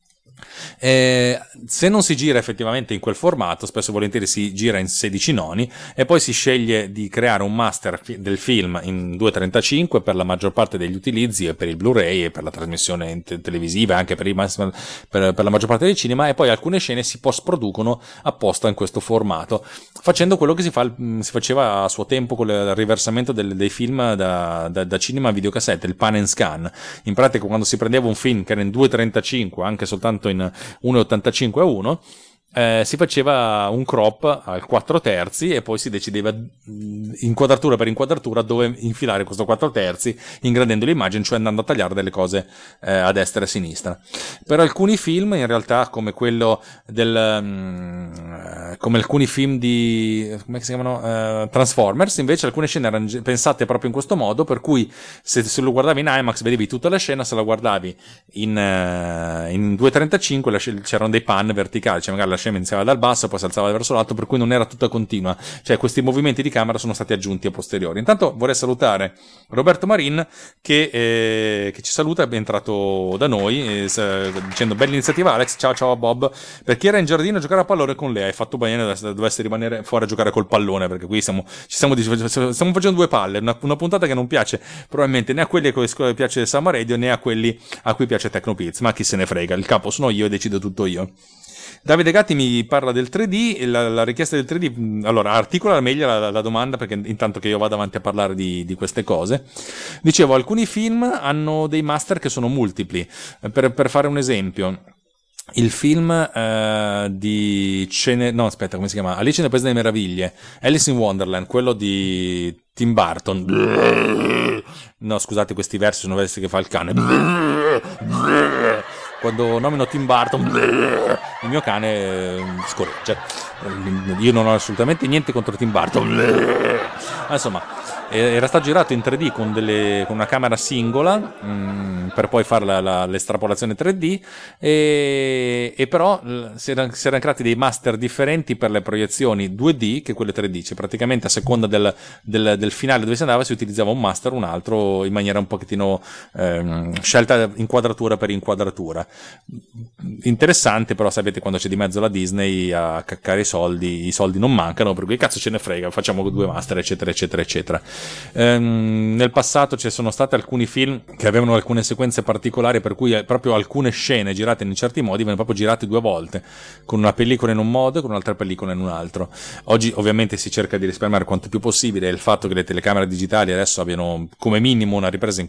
Speaker 6: Se non si gira effettivamente in quel formato, spesso e volentieri si gira in 16 noni, e poi si sceglie di creare un master del film in 2.35 per la maggior parte degli utilizzi, e per il Blu-ray e per la trasmissione televisiva, anche per la maggior parte del cinema, e poi alcune scene si post-producono apposta in questo formato, facendo quello che si faceva a suo tempo con il riversamento dei film da cinema a videocassette, il pan and scan. In pratica, quando si prendeva un film che era in 2.35, anche soltanto in 1.85:1, si faceva un crop al 4/3 e poi si decideva inquadratura per inquadratura dove infilare questo 4/3, ingrandendo l'immagine, cioè andando a tagliare delle cose a destra e a sinistra. Per alcuni film, in realtà, come quello come alcuni film di, come si chiamano, Transformers, invece alcune scene erano pensate proprio in questo modo, per cui se lo guardavi in IMAX vedevi tutta la scena, se la guardavi in 2.35 c'erano dei pan verticali, cioè magari la scena iniziava dal basso e poi si alzava verso l'alto, per cui non era tutta continua, cioè questi movimenti di camera sono stati aggiunti a posteriori. Intanto vorrei salutare Roberto Marin che ci saluta, è entrato da noi dicendo: bella iniziativa Alex, ciao Bob, per chi era in giardino a giocare a pallone con lei, hai fatto bene, dovesse rimanere fuori a giocare col pallone, perché qui stiamo facendo due palle, una puntata che non piace probabilmente né a quelli a cui piace Summa Radio né a quelli a cui piace Tecnopiz, ma chi se ne frega, il capo sono io e decido tutto io. Davide Gatti mi parla del 3D, la richiesta del 3D. Allora, articola meglio la domanda, perché intanto che io vado avanti a parlare di queste cose. Dicevo, alcuni film hanno dei master che sono multipli. Per fare un esempio, il film come si chiama? Alice nel Paese delle Meraviglie, Alice in Wonderland, quello di Tim Burton. No, scusate, questi versi sono versi che fa il cane. quando nomino Tim Burton, il mio cane scorreggia. Io non ho assolutamente niente contro Tim Burton. Ma insomma, era stato girato in 3D con una camera singola per poi fare l'estrapolazione 3D e però si erano creati dei master differenti per le proiezioni 2D che quelle 3D, cioè praticamente a seconda del finale dove si andava si utilizzava un master o un altro in maniera un pochettino scelta inquadratura per inquadratura. Interessante, però sapete quando c'è di mezzo la Disney a caccare i soldi non mancano, per cui cazzo ce ne frega, facciamo 2 master eccetera eccetera eccetera. Nel passato ci sono stati alcuni film che avevano alcune sequenze particolari per cui proprio alcune scene girate in certi modi venivano proprio girate 2 volte, con una pellicola in un modo e con un'altra pellicola in un altro. Oggi ovviamente si cerca di risparmiare quanto più possibile, e il fatto che le telecamere digitali adesso abbiano come minimo una ripresa in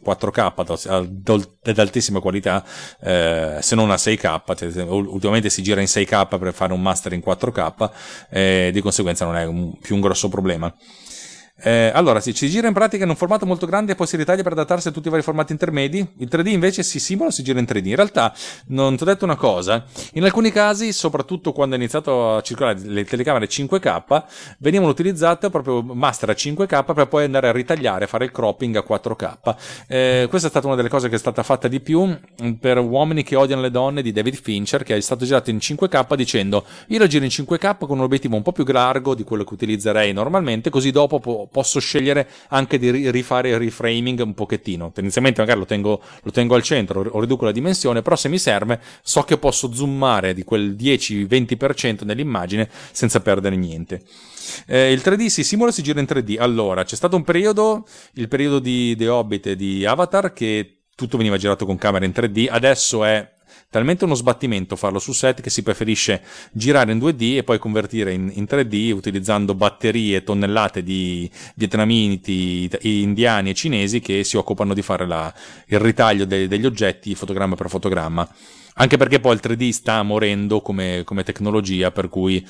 Speaker 6: 4K ad altissima qualità, se non a 6K, cioè, ultimamente si gira in 6K per fare un master in 4K, di conseguenza non è più un grosso problema. Allora si gira in pratica in un formato molto grande e poi si ritaglia per adattarsi a tutti i vari formati intermedi. Il 3D invece si simula, si gira in 3D. In realtà non ti ho detto una cosa: in alcuni casi, soprattutto quando è iniziato a circolare le telecamere 5K, venivano utilizzate proprio master a 5K per poi andare a ritagliare, fare il cropping a 4K. Questa è stata una delle cose che è stata fatta di più per Uomini che odiano le donne di David Fincher, che è stato girato in 5K dicendo: io lo giro in 5K con un obiettivo un po' più largo di quello che utilizzerei normalmente, così dopo posso scegliere anche di rifare il reframing un pochettino. Tendenzialmente magari lo tengo al centro o riduco la dimensione, però se mi serve so che posso zoomare di quel 10-20% nell'immagine senza perdere niente. Il 3D si simula e si gira in 3D. Allora, c'è stato un periodo, il periodo di The Hobbit e di Avatar, che tutto veniva girato con camera in 3D. Adesso è talmente uno sbattimento farlo su set che si preferisce girare in 2D e poi convertire in 3D utilizzando batterie e tonnellate di vietnamiti, indiani e cinesi che si occupano di fare il ritaglio degli oggetti fotogramma per fotogramma. Anche perché poi il 3D sta morendo come tecnologia, per cui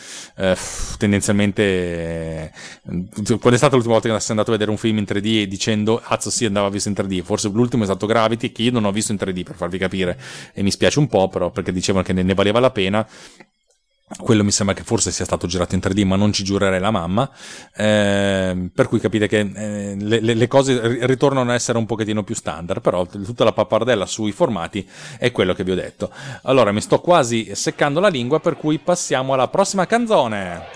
Speaker 6: tendenzialmente quando è stata l'ultima volta che sei andato a vedere un film in 3D dicendo cazzo sì, andava visto in 3D? Forse l'ultimo è stato Gravity, che io non ho visto in 3D, per farvi capire, e mi spiace un po', però, perché dicevano che ne valeva la pena. Quello mi sembra che forse sia stato girato in 3D, ma non ci giurerei la mamma, per cui capite che le cose ritornano a essere un pochettino più standard, però tutta la pappardella sui formati è quello che vi ho detto. Allora mi sto quasi seccando la lingua, per cui passiamo alla prossima canzone.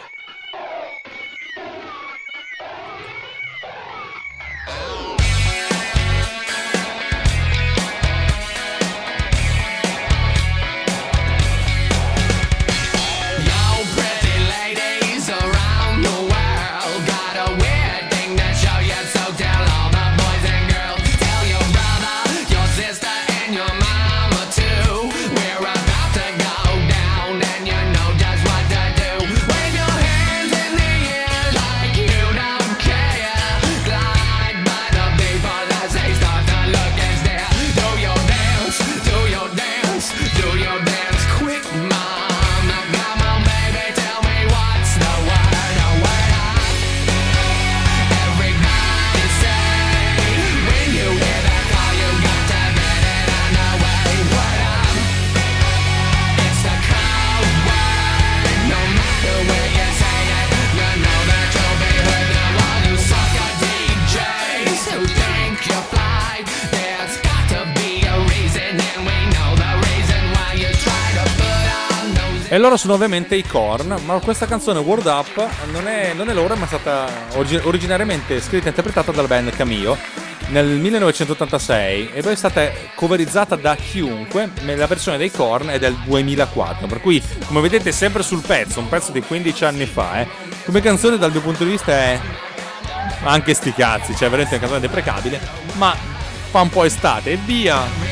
Speaker 6: E loro sono ovviamente i Korn, ma questa canzone Word Up non è loro, ma è stata originariamente scritta e interpretata dalla band Cameo nel 1986 e poi è stata coverizzata da chiunque. La versione dei Korn è del 2004, per cui come vedete sempre sul pezzo, un pezzo di 15 anni fa, come canzone dal mio punto di vista è anche sti cazzi, cioè veramente una canzone deprecabile, ma fa un po' estate e via.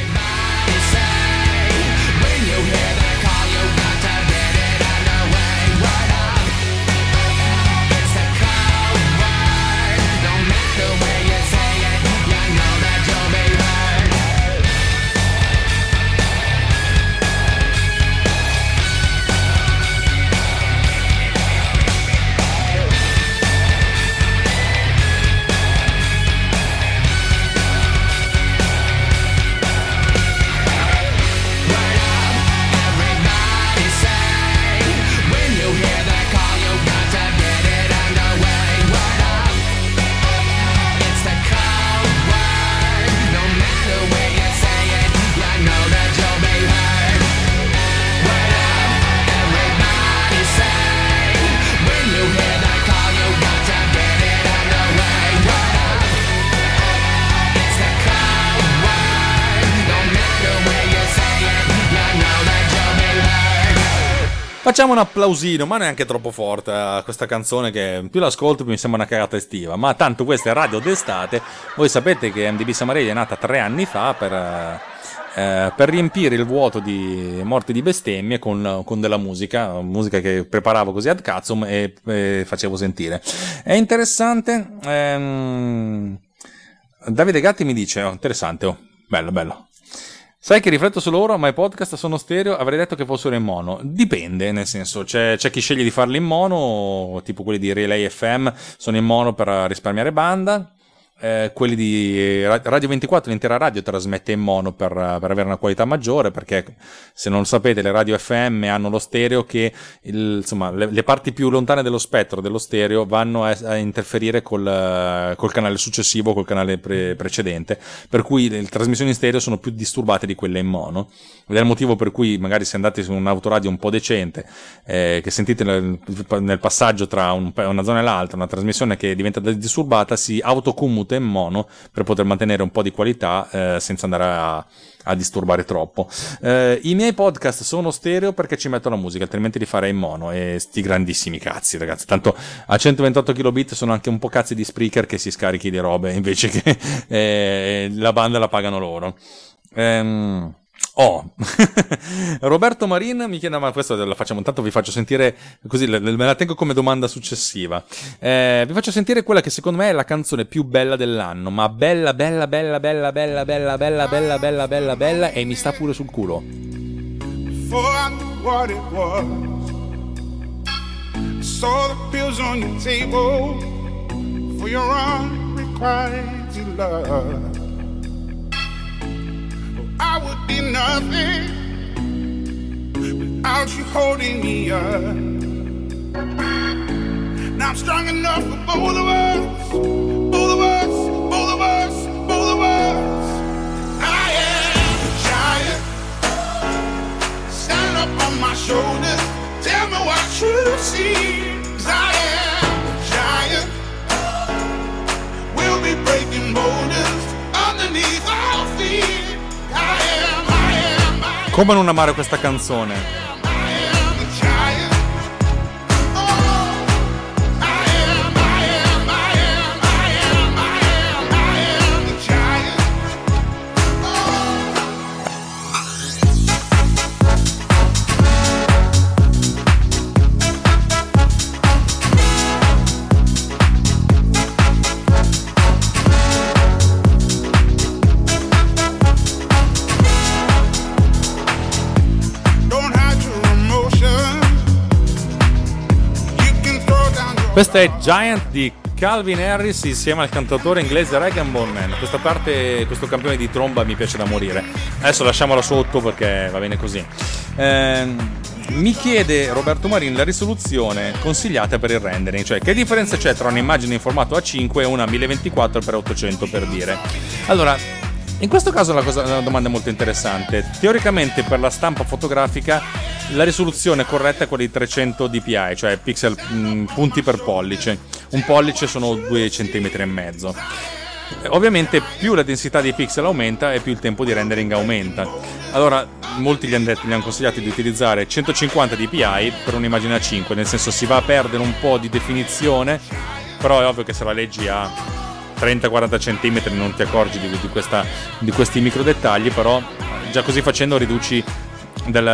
Speaker 6: Facciamo un applausino, ma neanche troppo forte, a questa canzone che più l'ascolto più mi sembra una cagata estiva. Ma tanto questa è Radio d'estate. Voi sapete che MDB Summer Radio è nata 3 anni fa per riempire il vuoto di morti di bestemmie con della musica che preparavo così ad cazzum e facevo sentire. È interessante. Davide Gatti mi dice, interessante, bello. Sai che rifletto solo ora, ma i podcast sono stereo, avrei detto che fossero in mono. Dipende, nel senso, c'è chi sceglie di farli in mono, tipo quelli di Relay FM, sono in mono per risparmiare banda. Quelli di Radio 24, l'intera radio trasmette in mono per avere una qualità maggiore, perché se non lo sapete le radio FM hanno lo stereo che insomma le parti più lontane dello spettro dello stereo vanno a interferire col canale successivo, col canale precedente, per cui le trasmissioni in stereo sono più disturbate di quelle in mono, ed è il motivo per cui magari se andate su un'autoradio un po' decente, che sentite nel passaggio tra una zona e l'altra una trasmissione che diventa disturbata, si autocommuta in mono per poter mantenere un po' di qualità senza andare a disturbare troppo. I miei podcast sono stereo perché ci metto la musica, altrimenti li farei in mono, e sti grandissimi cazzi, ragazzi, tanto a 128 kilobit sono anche un po' cazzi di Spreaker che si scarichi di robe invece che la banda la pagano loro. Roberto Marin mi chiede, ma questo la facciamo, intanto vi faccio sentire così, me la tengo come domanda successiva. Vi faccio sentire quella che secondo me è la canzone più bella dell'anno, ma bella, e mi sta pure sul culo.
Speaker 8: Before I knew what it was, I saw the pills on your table for your unrequited love. I would be nothing without you holding me up. Now I'm strong enough for both of us, both of us, both of us, both of us. I am a giant. Stand up on my shoulders. Tell me what you see. 'Cause I am a giant. We'll be breaking boulders underneath our feet.
Speaker 6: Come non amare questa canzone? Questa è Giant di Calvin Harris insieme al cantautore inglese Regan Bowman. Questa parte, questo campione di tromba mi piace da morire. Adesso lasciamola sotto perché va bene così. Mi chiede Roberto Marin la risoluzione consigliata per il rendering, cioè che differenza c'è tra un'immagine in formato A5 e una 1024x800, per dire. Allora, in questo caso la domanda è molto interessante. Teoricamente per la stampa fotografica la risoluzione corretta è quella di 300 dpi, cioè pixel punti per pollice. Un pollice sono 2,5 cm. Ovviamente più la densità dei pixel aumenta e più il tempo di rendering aumenta. Allora molti gli hanno consigliato di utilizzare 150 dpi per un'immagine A5, nel senso si va a perdere un po' di definizione, però è ovvio che se la leggi a 30-40 cm non ti accorgi di questi micro dettagli, però già così facendo riduci del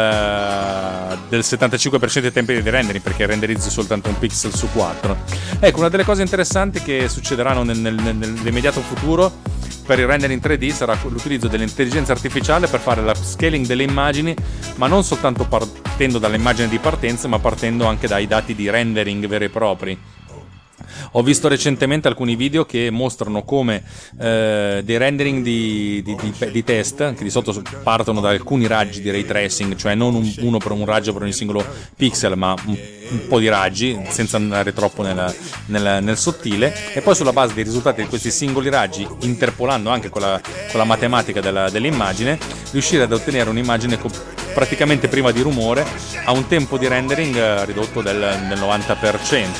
Speaker 6: 75% dei tempi di rendering, perché renderizzi soltanto un pixel su 4. Ecco, una delle cose interessanti che succederanno nell'immediato futuro per il rendering 3D sarà l'utilizzo dell'intelligenza artificiale per fare l'upscaling delle immagini, ma non soltanto partendo dall'immagine di partenza, ma partendo anche dai dati di rendering veri e propri. Ho visto recentemente alcuni video che mostrano come dei rendering di test, che di solito partono da alcuni raggi di ray tracing, cioè non uno per un raggio per ogni singolo pixel, ma un po' di raggi senza andare troppo nel sottile, e poi sulla base dei risultati di questi singoli raggi, interpolando anche con la matematica dell'immagine, riuscire ad ottenere un'immagine praticamente priva di rumore a un tempo di rendering ridotto del 90%.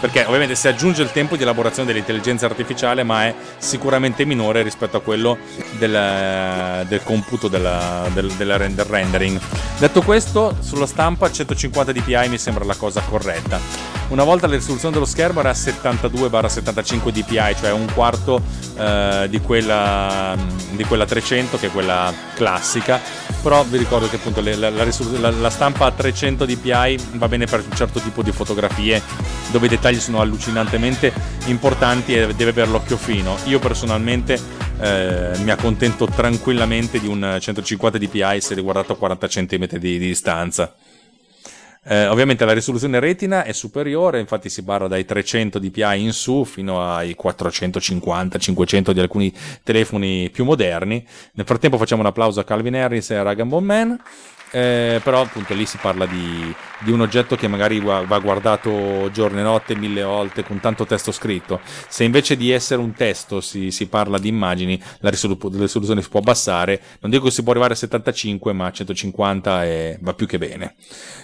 Speaker 6: perché ovviamente si aggiunge il tempo di elaborazione dell'intelligenza artificiale, ma è sicuramente minore rispetto a quello del computo del rendering. Detto questo, sulla stampa 150 dpi mi sembra la cosa corretta. Una volta la risoluzione dello schermo era 72/75 dpi, cioè un quarto di quella 300, che è quella classica, però vi ricordo che appunto la stampa a 300 dpi va bene per un certo tipo di fotografie dove i dettagli sono allucinantemente importanti e deve avere l'occhio fino. Io personalmente mi accontento tranquillamente di un 150 dpi se riguardato a 40 cm di distanza. Ovviamente la risoluzione retina è superiore, infatti si parla dai 300 dpi in su fino ai 450-500 di alcuni telefoni più moderni. Nel frattempo facciamo un applauso a Calvin Harris e a Rag & Bone Man. Però appunto lì si parla di un oggetto che magari va guardato giorno e notte 1000 volte con tanto testo scritto. Se invece di essere un testo si parla di immagini, la risoluzione si può abbassare. Non dico che si può arrivare a 75, ma a 150 va più che bene.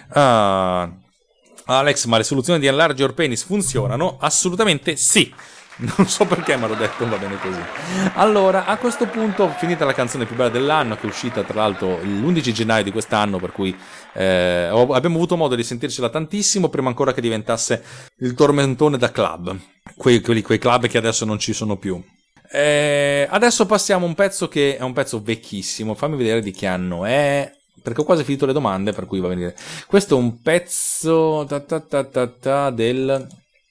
Speaker 6: Alex, ma le soluzioni di Enlarge Your Penis funzionano? Assolutamente sì. Non so perché me l'ho detto, va bene così. Allora, a questo punto, finita la canzone più bella dell'anno, che è uscita tra l'altro l'11 gennaio di quest'anno, per cui abbiamo avuto modo di sentircela tantissimo prima ancora che diventasse il tormentone da club, quei club che adesso non ci sono più. Adesso passiamo a un pezzo che è un pezzo vecchissimo. Fammi vedere di che anno è, perché ho quasi finito le domande, per cui va a venire. Questo è un pezzo del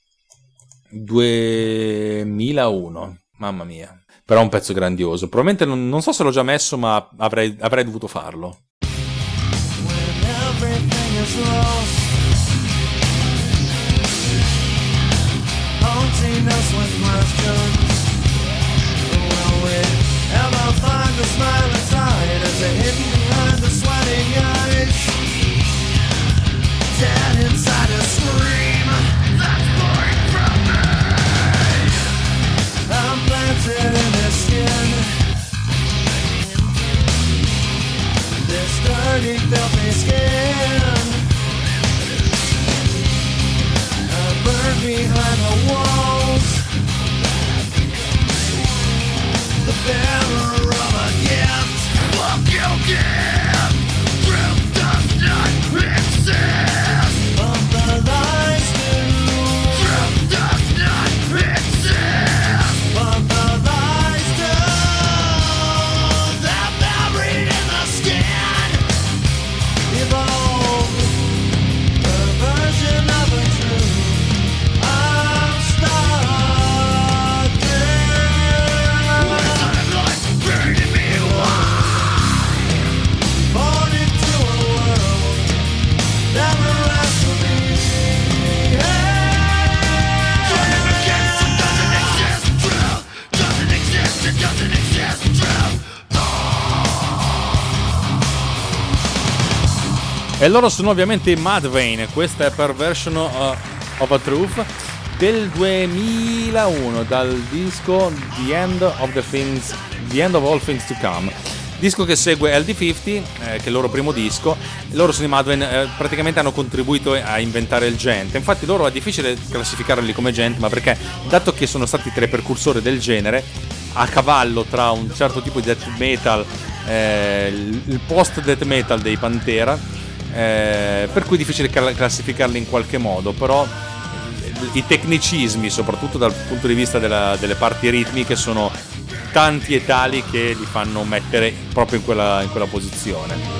Speaker 6: 2001, mamma mia, però è un pezzo grandioso. Probabilmente non so se l'ho già messo, ma avrei dovuto farlo.
Speaker 7: In their skin, this dirty, filthy skin, burned behind the walls, the bearer of a gift. Fuck you, give. Truth does not exist, but the lies do. Truth does not exist, but the
Speaker 6: E loro sono ovviamente i Mudvayne. Questa è Perversion of a Truth del 2001, dal disco The End of All Things to Come, disco che segue LD50, che è il loro primo disco. Loro sono i Mudvayne, praticamente hanno contribuito a inventare il gent. Infatti loro è difficile classificarli come gent, ma perché, dato che sono stati tra i precursori del genere, a cavallo tra un certo tipo di death metal, il post death metal dei Pantera, per cui è difficile classificarli in qualche modo. Però i tecnicismi, soprattutto dal punto di vista delle parti ritmiche, sono tanti e tali che li fanno mettere proprio in quella posizione.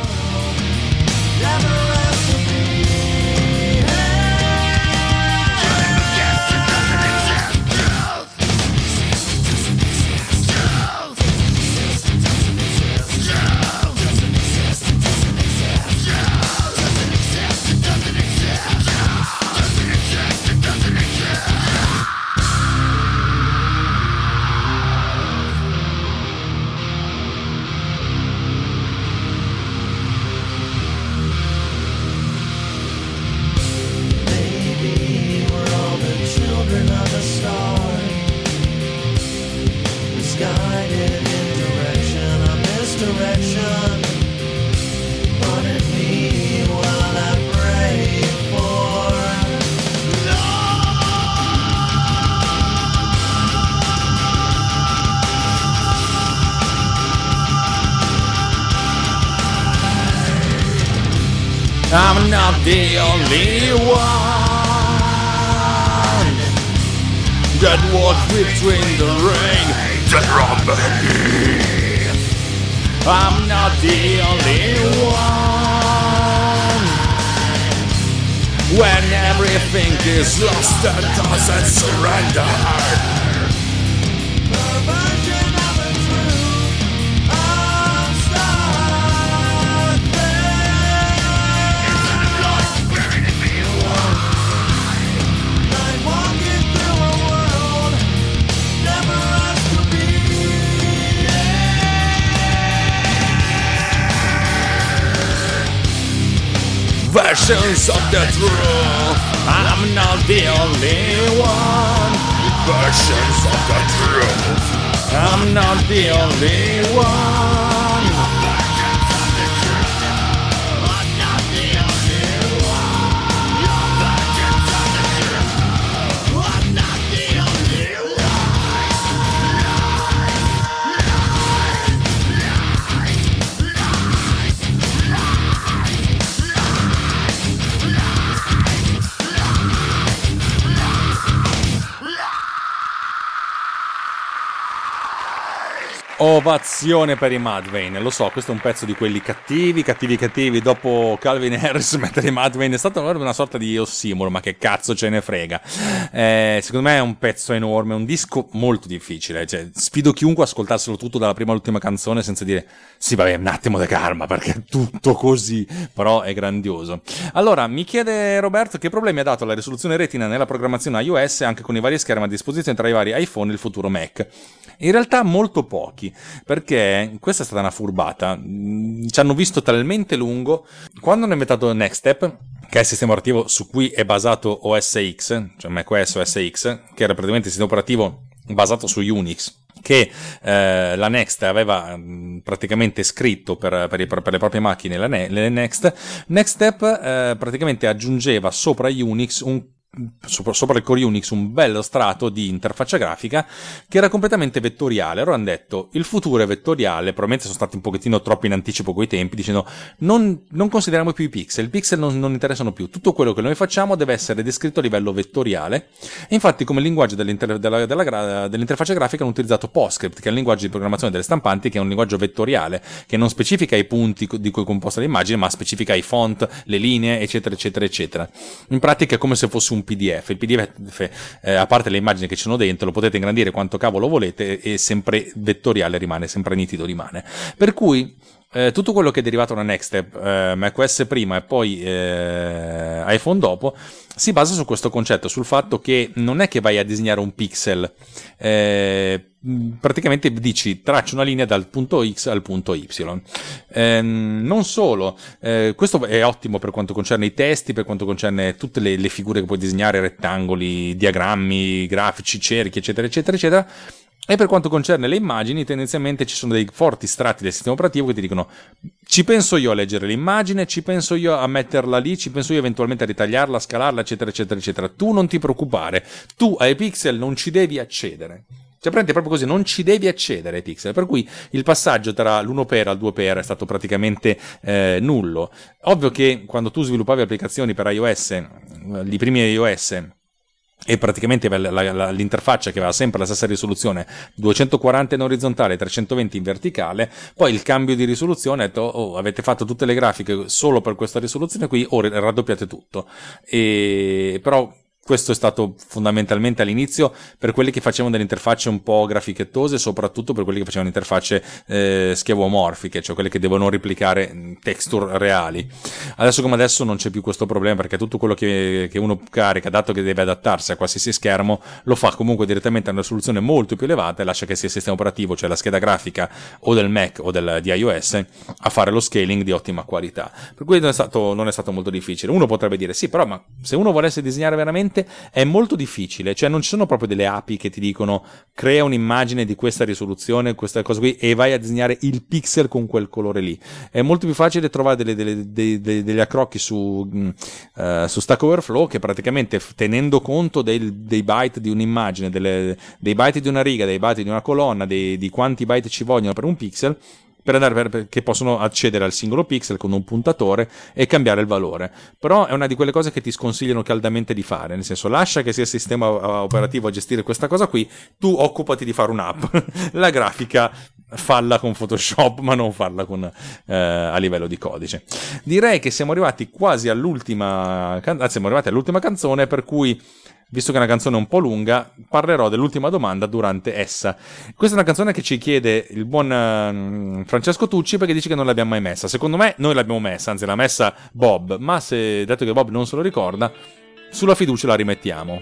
Speaker 6: I'm not the only one that walks between the rain that robbed me. I'm not the only one when everything is lost and doesn't surrender. Versions of the truth, I'm not the only one. Versions of the truth, I'm not the only one. Ovazione per i Mudvayne. Lo so, questo è un pezzo di quelli cattivi. Dopo Calvin Harris mettere i Mudvayne è stata una sorta di ossimoro, ma che cazzo ce ne frega. Secondo me è un pezzo enorme, un disco molto difficile, cioè, sfido chiunque a ascoltarselo tutto dalla prima all'ultima canzone senza dire sì vabbè un attimo di calma perché è tutto così, però è grandioso. Allora mi chiede Roberto che problemi ha dato la risoluzione retina nella programmazione iOS anche con i vari schermi a disposizione tra i vari iPhone e il futuro Mac. In realtà molto pochi, perché questa è stata una furbata. Ci hanno visto talmente lungo. Quando hanno inventato Next Step, che è il sistema operativo su cui è basato OS X, cioè macOS OS X, che era praticamente il sistema operativo basato su Unix, che la Next aveva praticamente scritto per le proprie macchine, le Next Step praticamente aggiungeva sopra Unix sopra il core Unix un bello strato di interfaccia grafica che era completamente vettoriale. Allora hanno detto il futuro è vettoriale, probabilmente sono stati un pochettino troppo in anticipo coi tempi, dicendo non consideriamo più i pixel non interessano più, tutto quello che noi facciamo deve essere descritto a livello vettoriale. E infatti come linguaggio dell'interfaccia grafica hanno utilizzato PostScript, che è il linguaggio di programmazione delle stampanti, che è un linguaggio vettoriale che non specifica i punti di cui è composta l'immagine, ma specifica i font, le linee, eccetera eccetera eccetera. In pratica è come se fosse un PDF. Il PDF, a parte le immagini che ci sono dentro, lo potete ingrandire quanto cavolo volete e sempre vettoriale rimane, sempre nitido rimane. Per cui tutto quello che è derivato da Next Step, macOS prima e poi iPhone dopo, si basa su questo concetto, sul fatto che non è che vai a disegnare un pixel, praticamente dici traccia una linea dal punto X al punto Y. Non solo, questo è ottimo per quanto concerne i testi, per quanto concerne tutte le figure che puoi disegnare, rettangoli, diagrammi, grafici, cerchi, eccetera eccetera eccetera. E per quanto concerne le immagini, tendenzialmente ci sono dei forti strati del sistema operativo che ti dicono ci penso io a leggere l'immagine, ci penso io a metterla lì, ci penso io eventualmente a ritagliarla, a scalarla, eccetera eccetera eccetera. Tu non ti preoccupare, tu ai pixel non ci devi accedere. Cioè prende proprio così, non ci devi accedere ai pixel, per cui il passaggio tra l'1x al 2x è stato praticamente nullo. Ovvio che quando tu sviluppavi applicazioni per iOS, i primi iOS, e praticamente l'interfaccia che aveva sempre la stessa risoluzione, 240 in orizzontale, 320 in verticale, poi il cambio di risoluzione ha detto avete fatto tutte le grafiche solo per questa risoluzione qui, ora raddoppiate tutto. Però questo è stato fondamentalmente all'inizio per quelli che facevano delle interfacce un po' grafichettose, soprattutto per quelli che facevano interfacce schiavomorfiche, cioè quelle che devono replicare texture reali. Adesso come adesso non c'è più questo problema, perché tutto quello che uno carica, dato che deve adattarsi a qualsiasi schermo, lo fa comunque direttamente a una risoluzione molto più elevata e lascia che sia il sistema operativo, cioè la scheda grafica o del Mac o di iOS, a fare lo scaling di ottima qualità. Per cui non è stato molto difficile. Uno potrebbe dire sì, però ma se uno volesse disegnare veramente è molto difficile, cioè non ci sono proprio delle API che ti dicono crea un'immagine di questa risoluzione, questa cosa qui, e vai a disegnare il pixel con quel colore lì. È molto più facile trovare degli accrocchi su Stack Overflow, che praticamente tenendo conto dei byte di un'immagine, dei byte di una riga, dei byte di una colonna, di quanti byte ci vogliono per un pixel, che possono accedere al singolo pixel con un puntatore e cambiare il valore. Però è una di quelle cose che ti sconsigliano caldamente di fare, nel senso, lascia che sia il sistema operativo a gestire questa cosa qui, tu occupati di fare un'app. La grafica falla con Photoshop, ma non farla a livello di codice. Direi che siamo arrivati quasi all'ultima canzone, per cui, visto che è una canzone un po' lunga, parlerò dell'ultima domanda durante essa. Questa è una canzone che ci chiede il buon Francesco Tucci, perché dice che non l'abbiamo mai messa. Secondo me noi l'abbiamo messa, anzi l'ha messa Bob, ma dato che Bob non se lo ricorda, sulla fiducia la rimettiamo.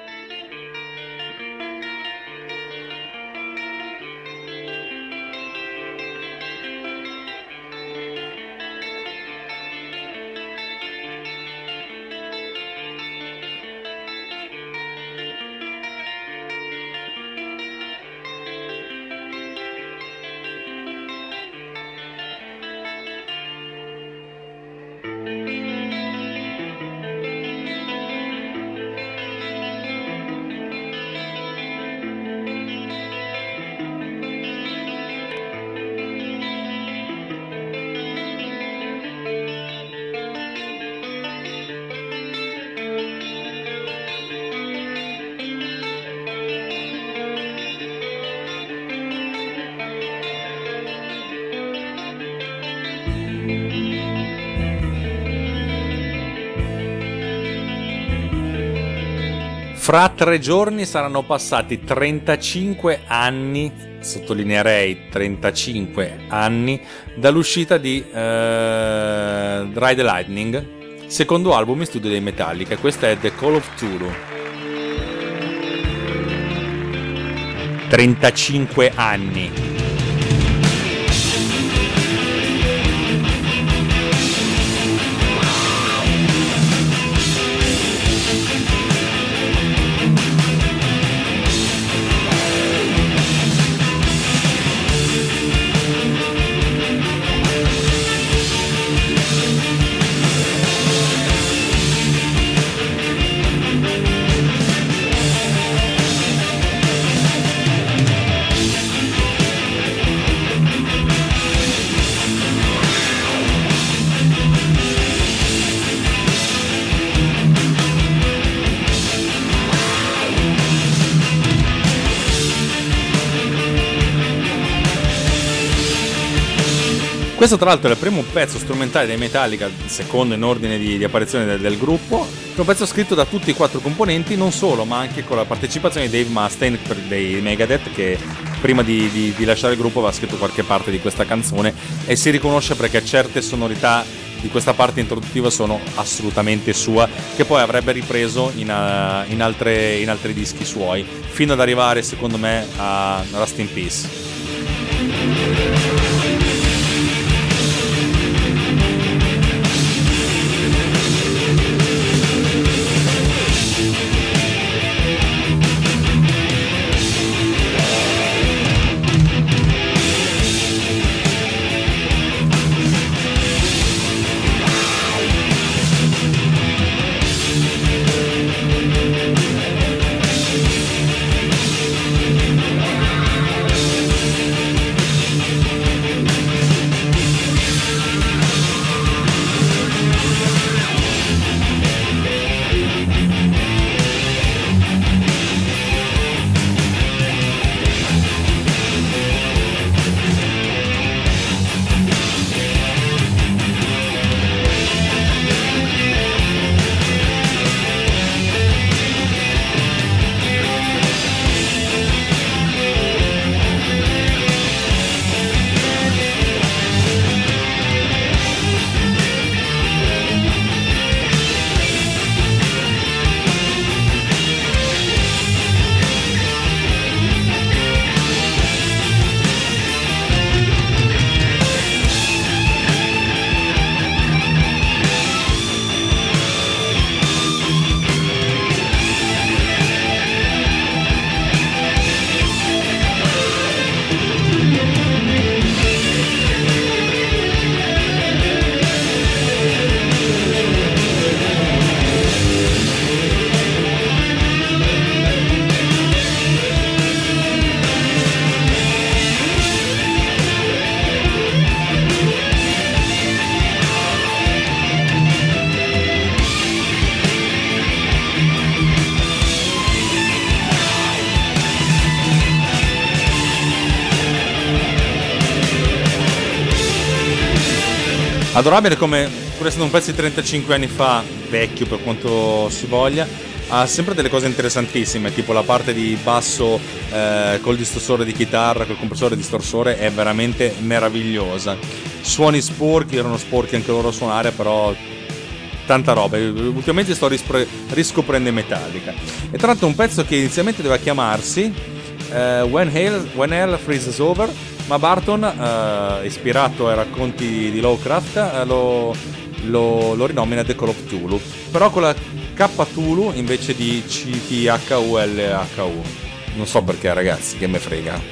Speaker 6: Fra 3 giorni saranno passati 35 anni, sottolineerei 35 anni, dall'uscita di Ride the Lightning, secondo album in studio dei Metallica. Questa è The Call of Cthulhu. 35 anni. Questo tra l'altro è il primo pezzo strumentale dei Metallica, il secondo in ordine di apparizione del gruppo, è un pezzo scritto da tutti i 4 componenti, non solo, ma anche con la partecipazione di Dave Mustaine dei Megadeth, che prima di lasciare il gruppo aveva scritto qualche parte di questa canzone, e si riconosce perché certe sonorità di questa parte introduttiva sono assolutamente sua, che poi avrebbe ripreso in altri dischi suoi, fino ad arrivare secondo me a Rust in Peace. adorabile, come pur essendo un pezzo di 35 anni fa, vecchio per quanto si voglia, ha sempre delle cose interessantissime, tipo la parte di basso col distorsore di chitarra, col compressore distorsore, è veramente meravigliosa. Suoni sporchi, erano sporchi anche loro a suonare, però tanta roba. Ultimamente sto riscoprendo Metallica. E tra l'altro un pezzo che inizialmente doveva chiamarsi When Hell Freezes Over, ma Barton, ispirato ai racconti di Lovecraft, lo rinomina The Call of Cthulhu, però con la K Tulu invece di CTHULHU. Non so perché, ragazzi, che me frega.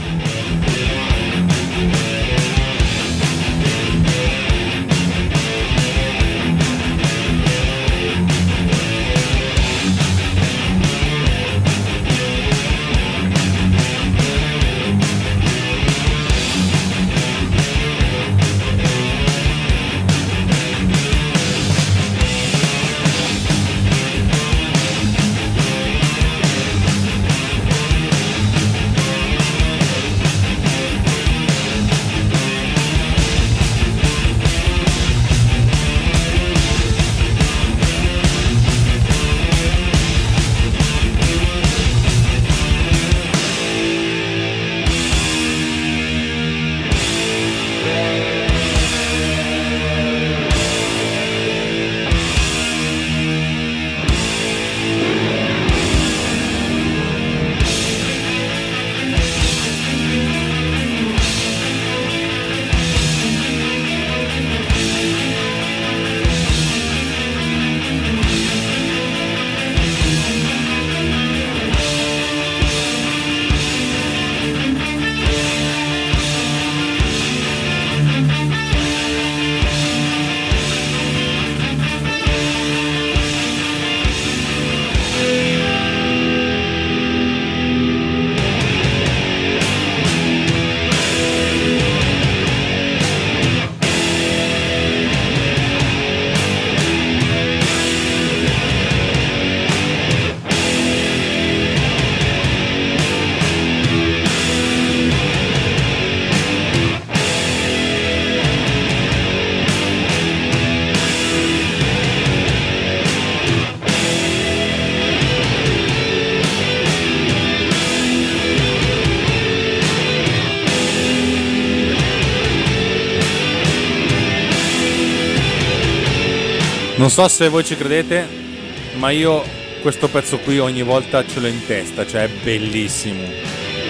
Speaker 6: Non so se voi ci credete, ma io questo pezzo qui ogni volta ce l'ho in testa, cioè è bellissimo.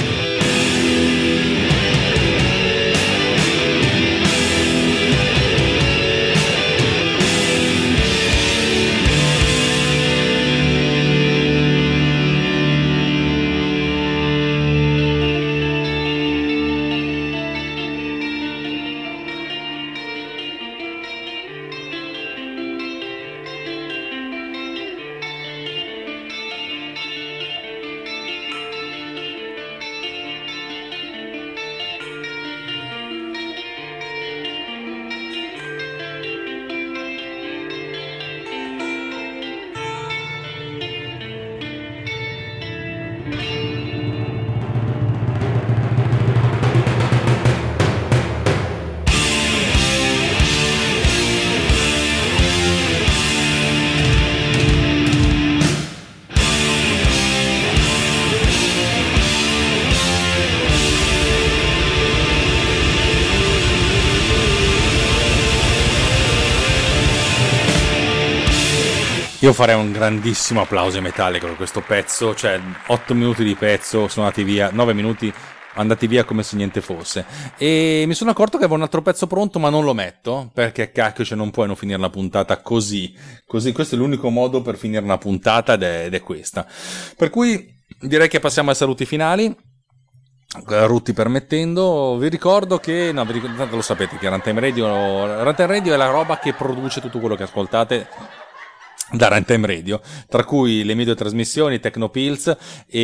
Speaker 6: Io farei un grandissimo applauso ai Metallica per questo pezzo, cioè 8 minuti di pezzo, sono andati via, 9 minuti andati via come se niente fosse. E mi sono accorto che avevo un altro pezzo pronto, ma non lo metto, perché cacchio, cioè non puoi non finire la puntata così. Questo è l'unico modo per finire una puntata ed è questa. Per cui direi che passiamo ai saluti finali. Rutti permettendo, vi ricordo che tanto lo sapete che Runtime Radio è la roba che produce tutto quello che ascoltate da Runtime Radio, tra cui le mie trasmissioni Tecnopills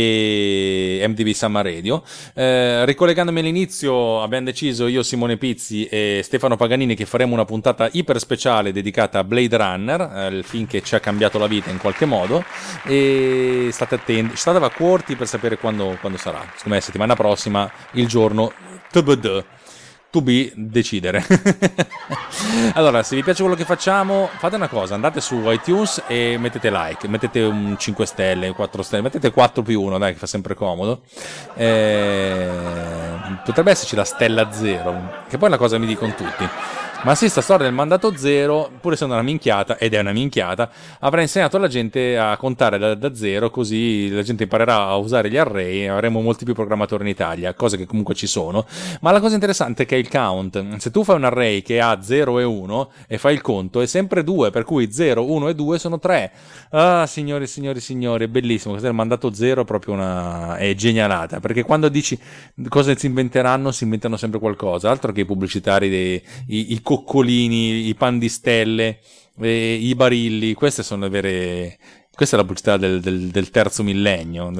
Speaker 6: e MTV Summer Radio. Ricollegandomi all'inizio, abbiamo deciso io, Simone Pizzi e Stefano Paganini che faremo una puntata iper speciale dedicata a Blade Runner, il film che ci ha cambiato la vita in qualche modo, e state attenti, state a corti per sapere quando sarà. Secondo me settimana prossima, il giorno TBD. to be decidere. Allora, se vi piace quello che facciamo, fate una cosa, andate su iTunes e mettete like, mettete un 5 stelle, 4 stelle, mettete 4+1, dai, che fa sempre comodo. Potrebbe esserci la stella 0, che poi è una cosa che mi dicono tutti. Ma sì, sta storia del mandato 0, pur essendo una minchiata, ed è una minchiata, avrà insegnato alla gente a contare da 0, così la gente imparerà a usare gli array e avremo molti più programmatori in Italia, cose che comunque ci sono. Ma la cosa interessante è che il count, se tu fai un array che ha 0 e 1 e fai il conto, è sempre 2, per cui 0, 1 e 2 sono 3. Ah, signori, è bellissimo. Questo è il mandato 0, proprio è genialata, perché quando dici cosa si inventeranno, si inventano sempre qualcosa, altro che i pubblicitari, i coccolini, i pan di stelle, i barilli. Queste sono le vere. Questa è la pubblicità del terzo millennio,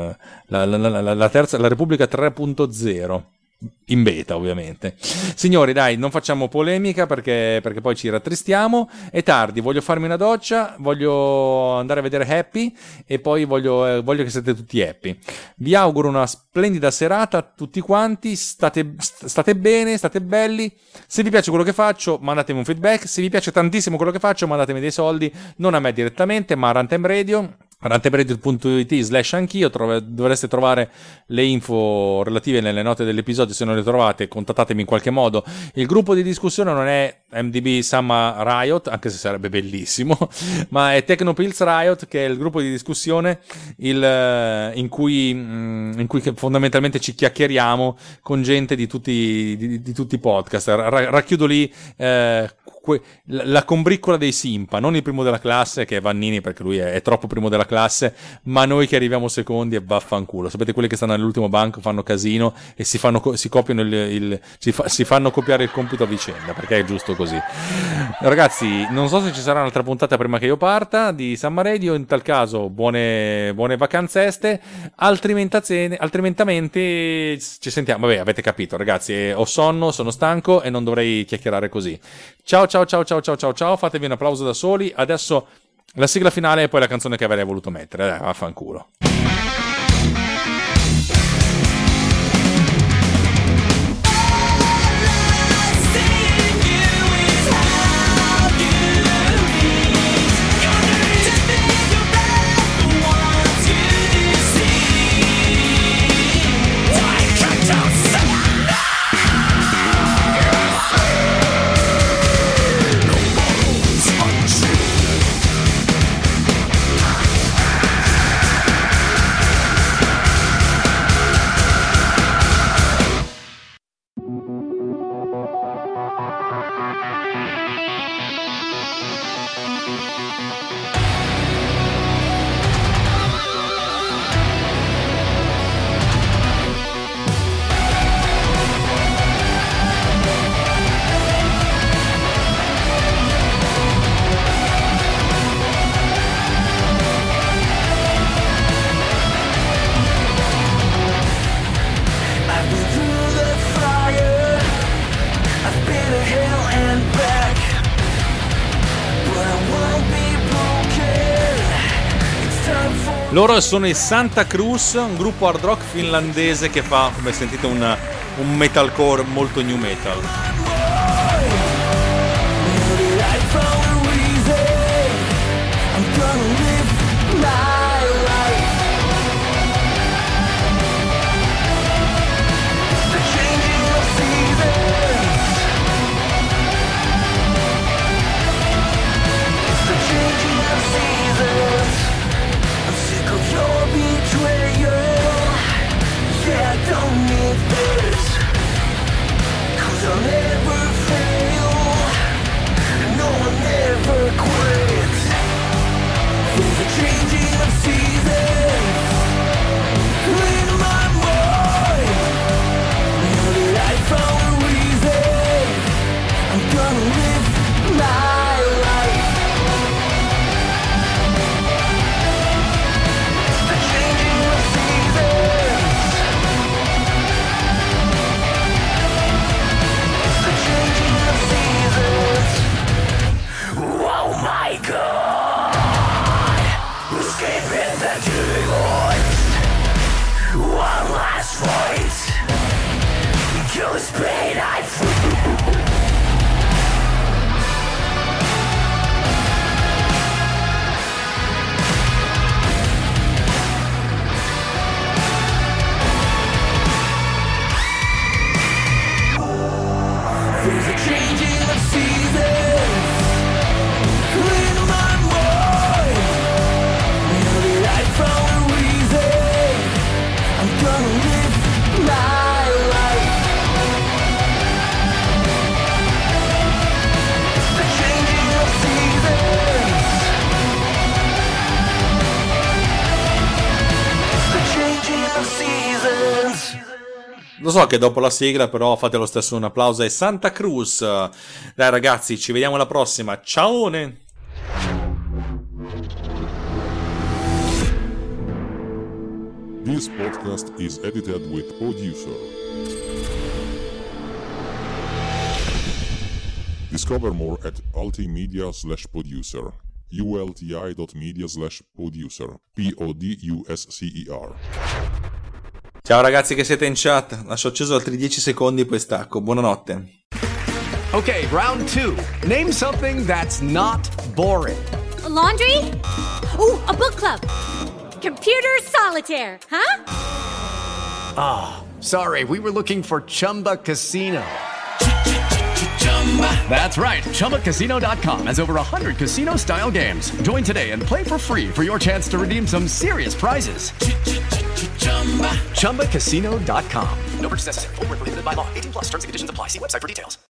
Speaker 6: la Repubblica 3.0. In beta, ovviamente. Signori, dai, non facciamo polemica perché poi ci rattristiamo. È tardi, voglio farmi una doccia, voglio andare a vedere Happy e poi voglio che siate tutti happy. Vi auguro una splendida serata a tutti quanti. State bene, state belli. Se vi piace quello che faccio, mandatemi un feedback. Se vi piace tantissimo quello che faccio, mandatemi dei soldi, non a me direttamente, ma a Runtime Radio. rantemradio.it/anch'io, dovreste trovare le info relative nelle note dell'episodio. Se non le trovate, contattatemi in qualche modo. Il gruppo di discussione non è MDB Summer Riot, anche se sarebbe bellissimo, ma è Technopills Riot, che è il gruppo di discussione in cui fondamentalmente ci chiacchieriamo con gente di tutti i podcast. Racchiudo lì la combriccola dei Simpa, non il primo della classe che è Vannini, perché lui è troppo primo della classe, ma noi che arriviamo secondi e vaffanculo. Sapete, quelli che stanno nell'ultimo banco fanno casino e si copiano si fanno copiare il compito a vicenda, perché è giusto così. Ragazzi, non so se ci sarà un'altra puntata prima che io parta di Summer Radio. In tal caso buone vacanze este, altrimenti ci sentiamo. Vabbè, avete capito, ragazzi, ho sonno, sono stanco e non dovrei chiacchierare così. Ciao, fatevi un applauso da soli. Adesso la sigla finale e poi la canzone che avrei voluto mettere. Vaffanculo. Loro sono i Santa Cruz, un gruppo hard rock finlandese che fa, come sentite, un metalcore molto new metal.
Speaker 7: Don't need this, 'cause I'm There's a changing of seasons in my mind. Now that I found a reason, I'm gonna live my life. It's the changing of seasons. It's the changing of seasons.
Speaker 6: Lo so che dopo la sigla, però fate lo stesso un applauso ai Santa Cruz. Dai ragazzi, ci vediamo alla prossima. Ciaone!
Speaker 2: This podcast is edited with Producer. Discover more at ultimedia/producer. ulti.media/producer. PODUSCER.
Speaker 6: Ciao ragazzi che siete in chat. Lascio acceso altri 10 secondi, poi stacco. Buonanotte.
Speaker 9: Okay, round 2. Name something that's not boring.
Speaker 10: A laundry? Ooh, a book club. Computer solitaire, huh?
Speaker 9: Ah, sorry, we were looking for Chumba Casino. That's right, ChumbaCasino.com has over 100 casino-style games. Join today and play for free for your chance to redeem some serious prizes. ChumbaCasino.com. No purchase necessary. Void where prohibited by law. 18+ terms and conditions apply. See website for details.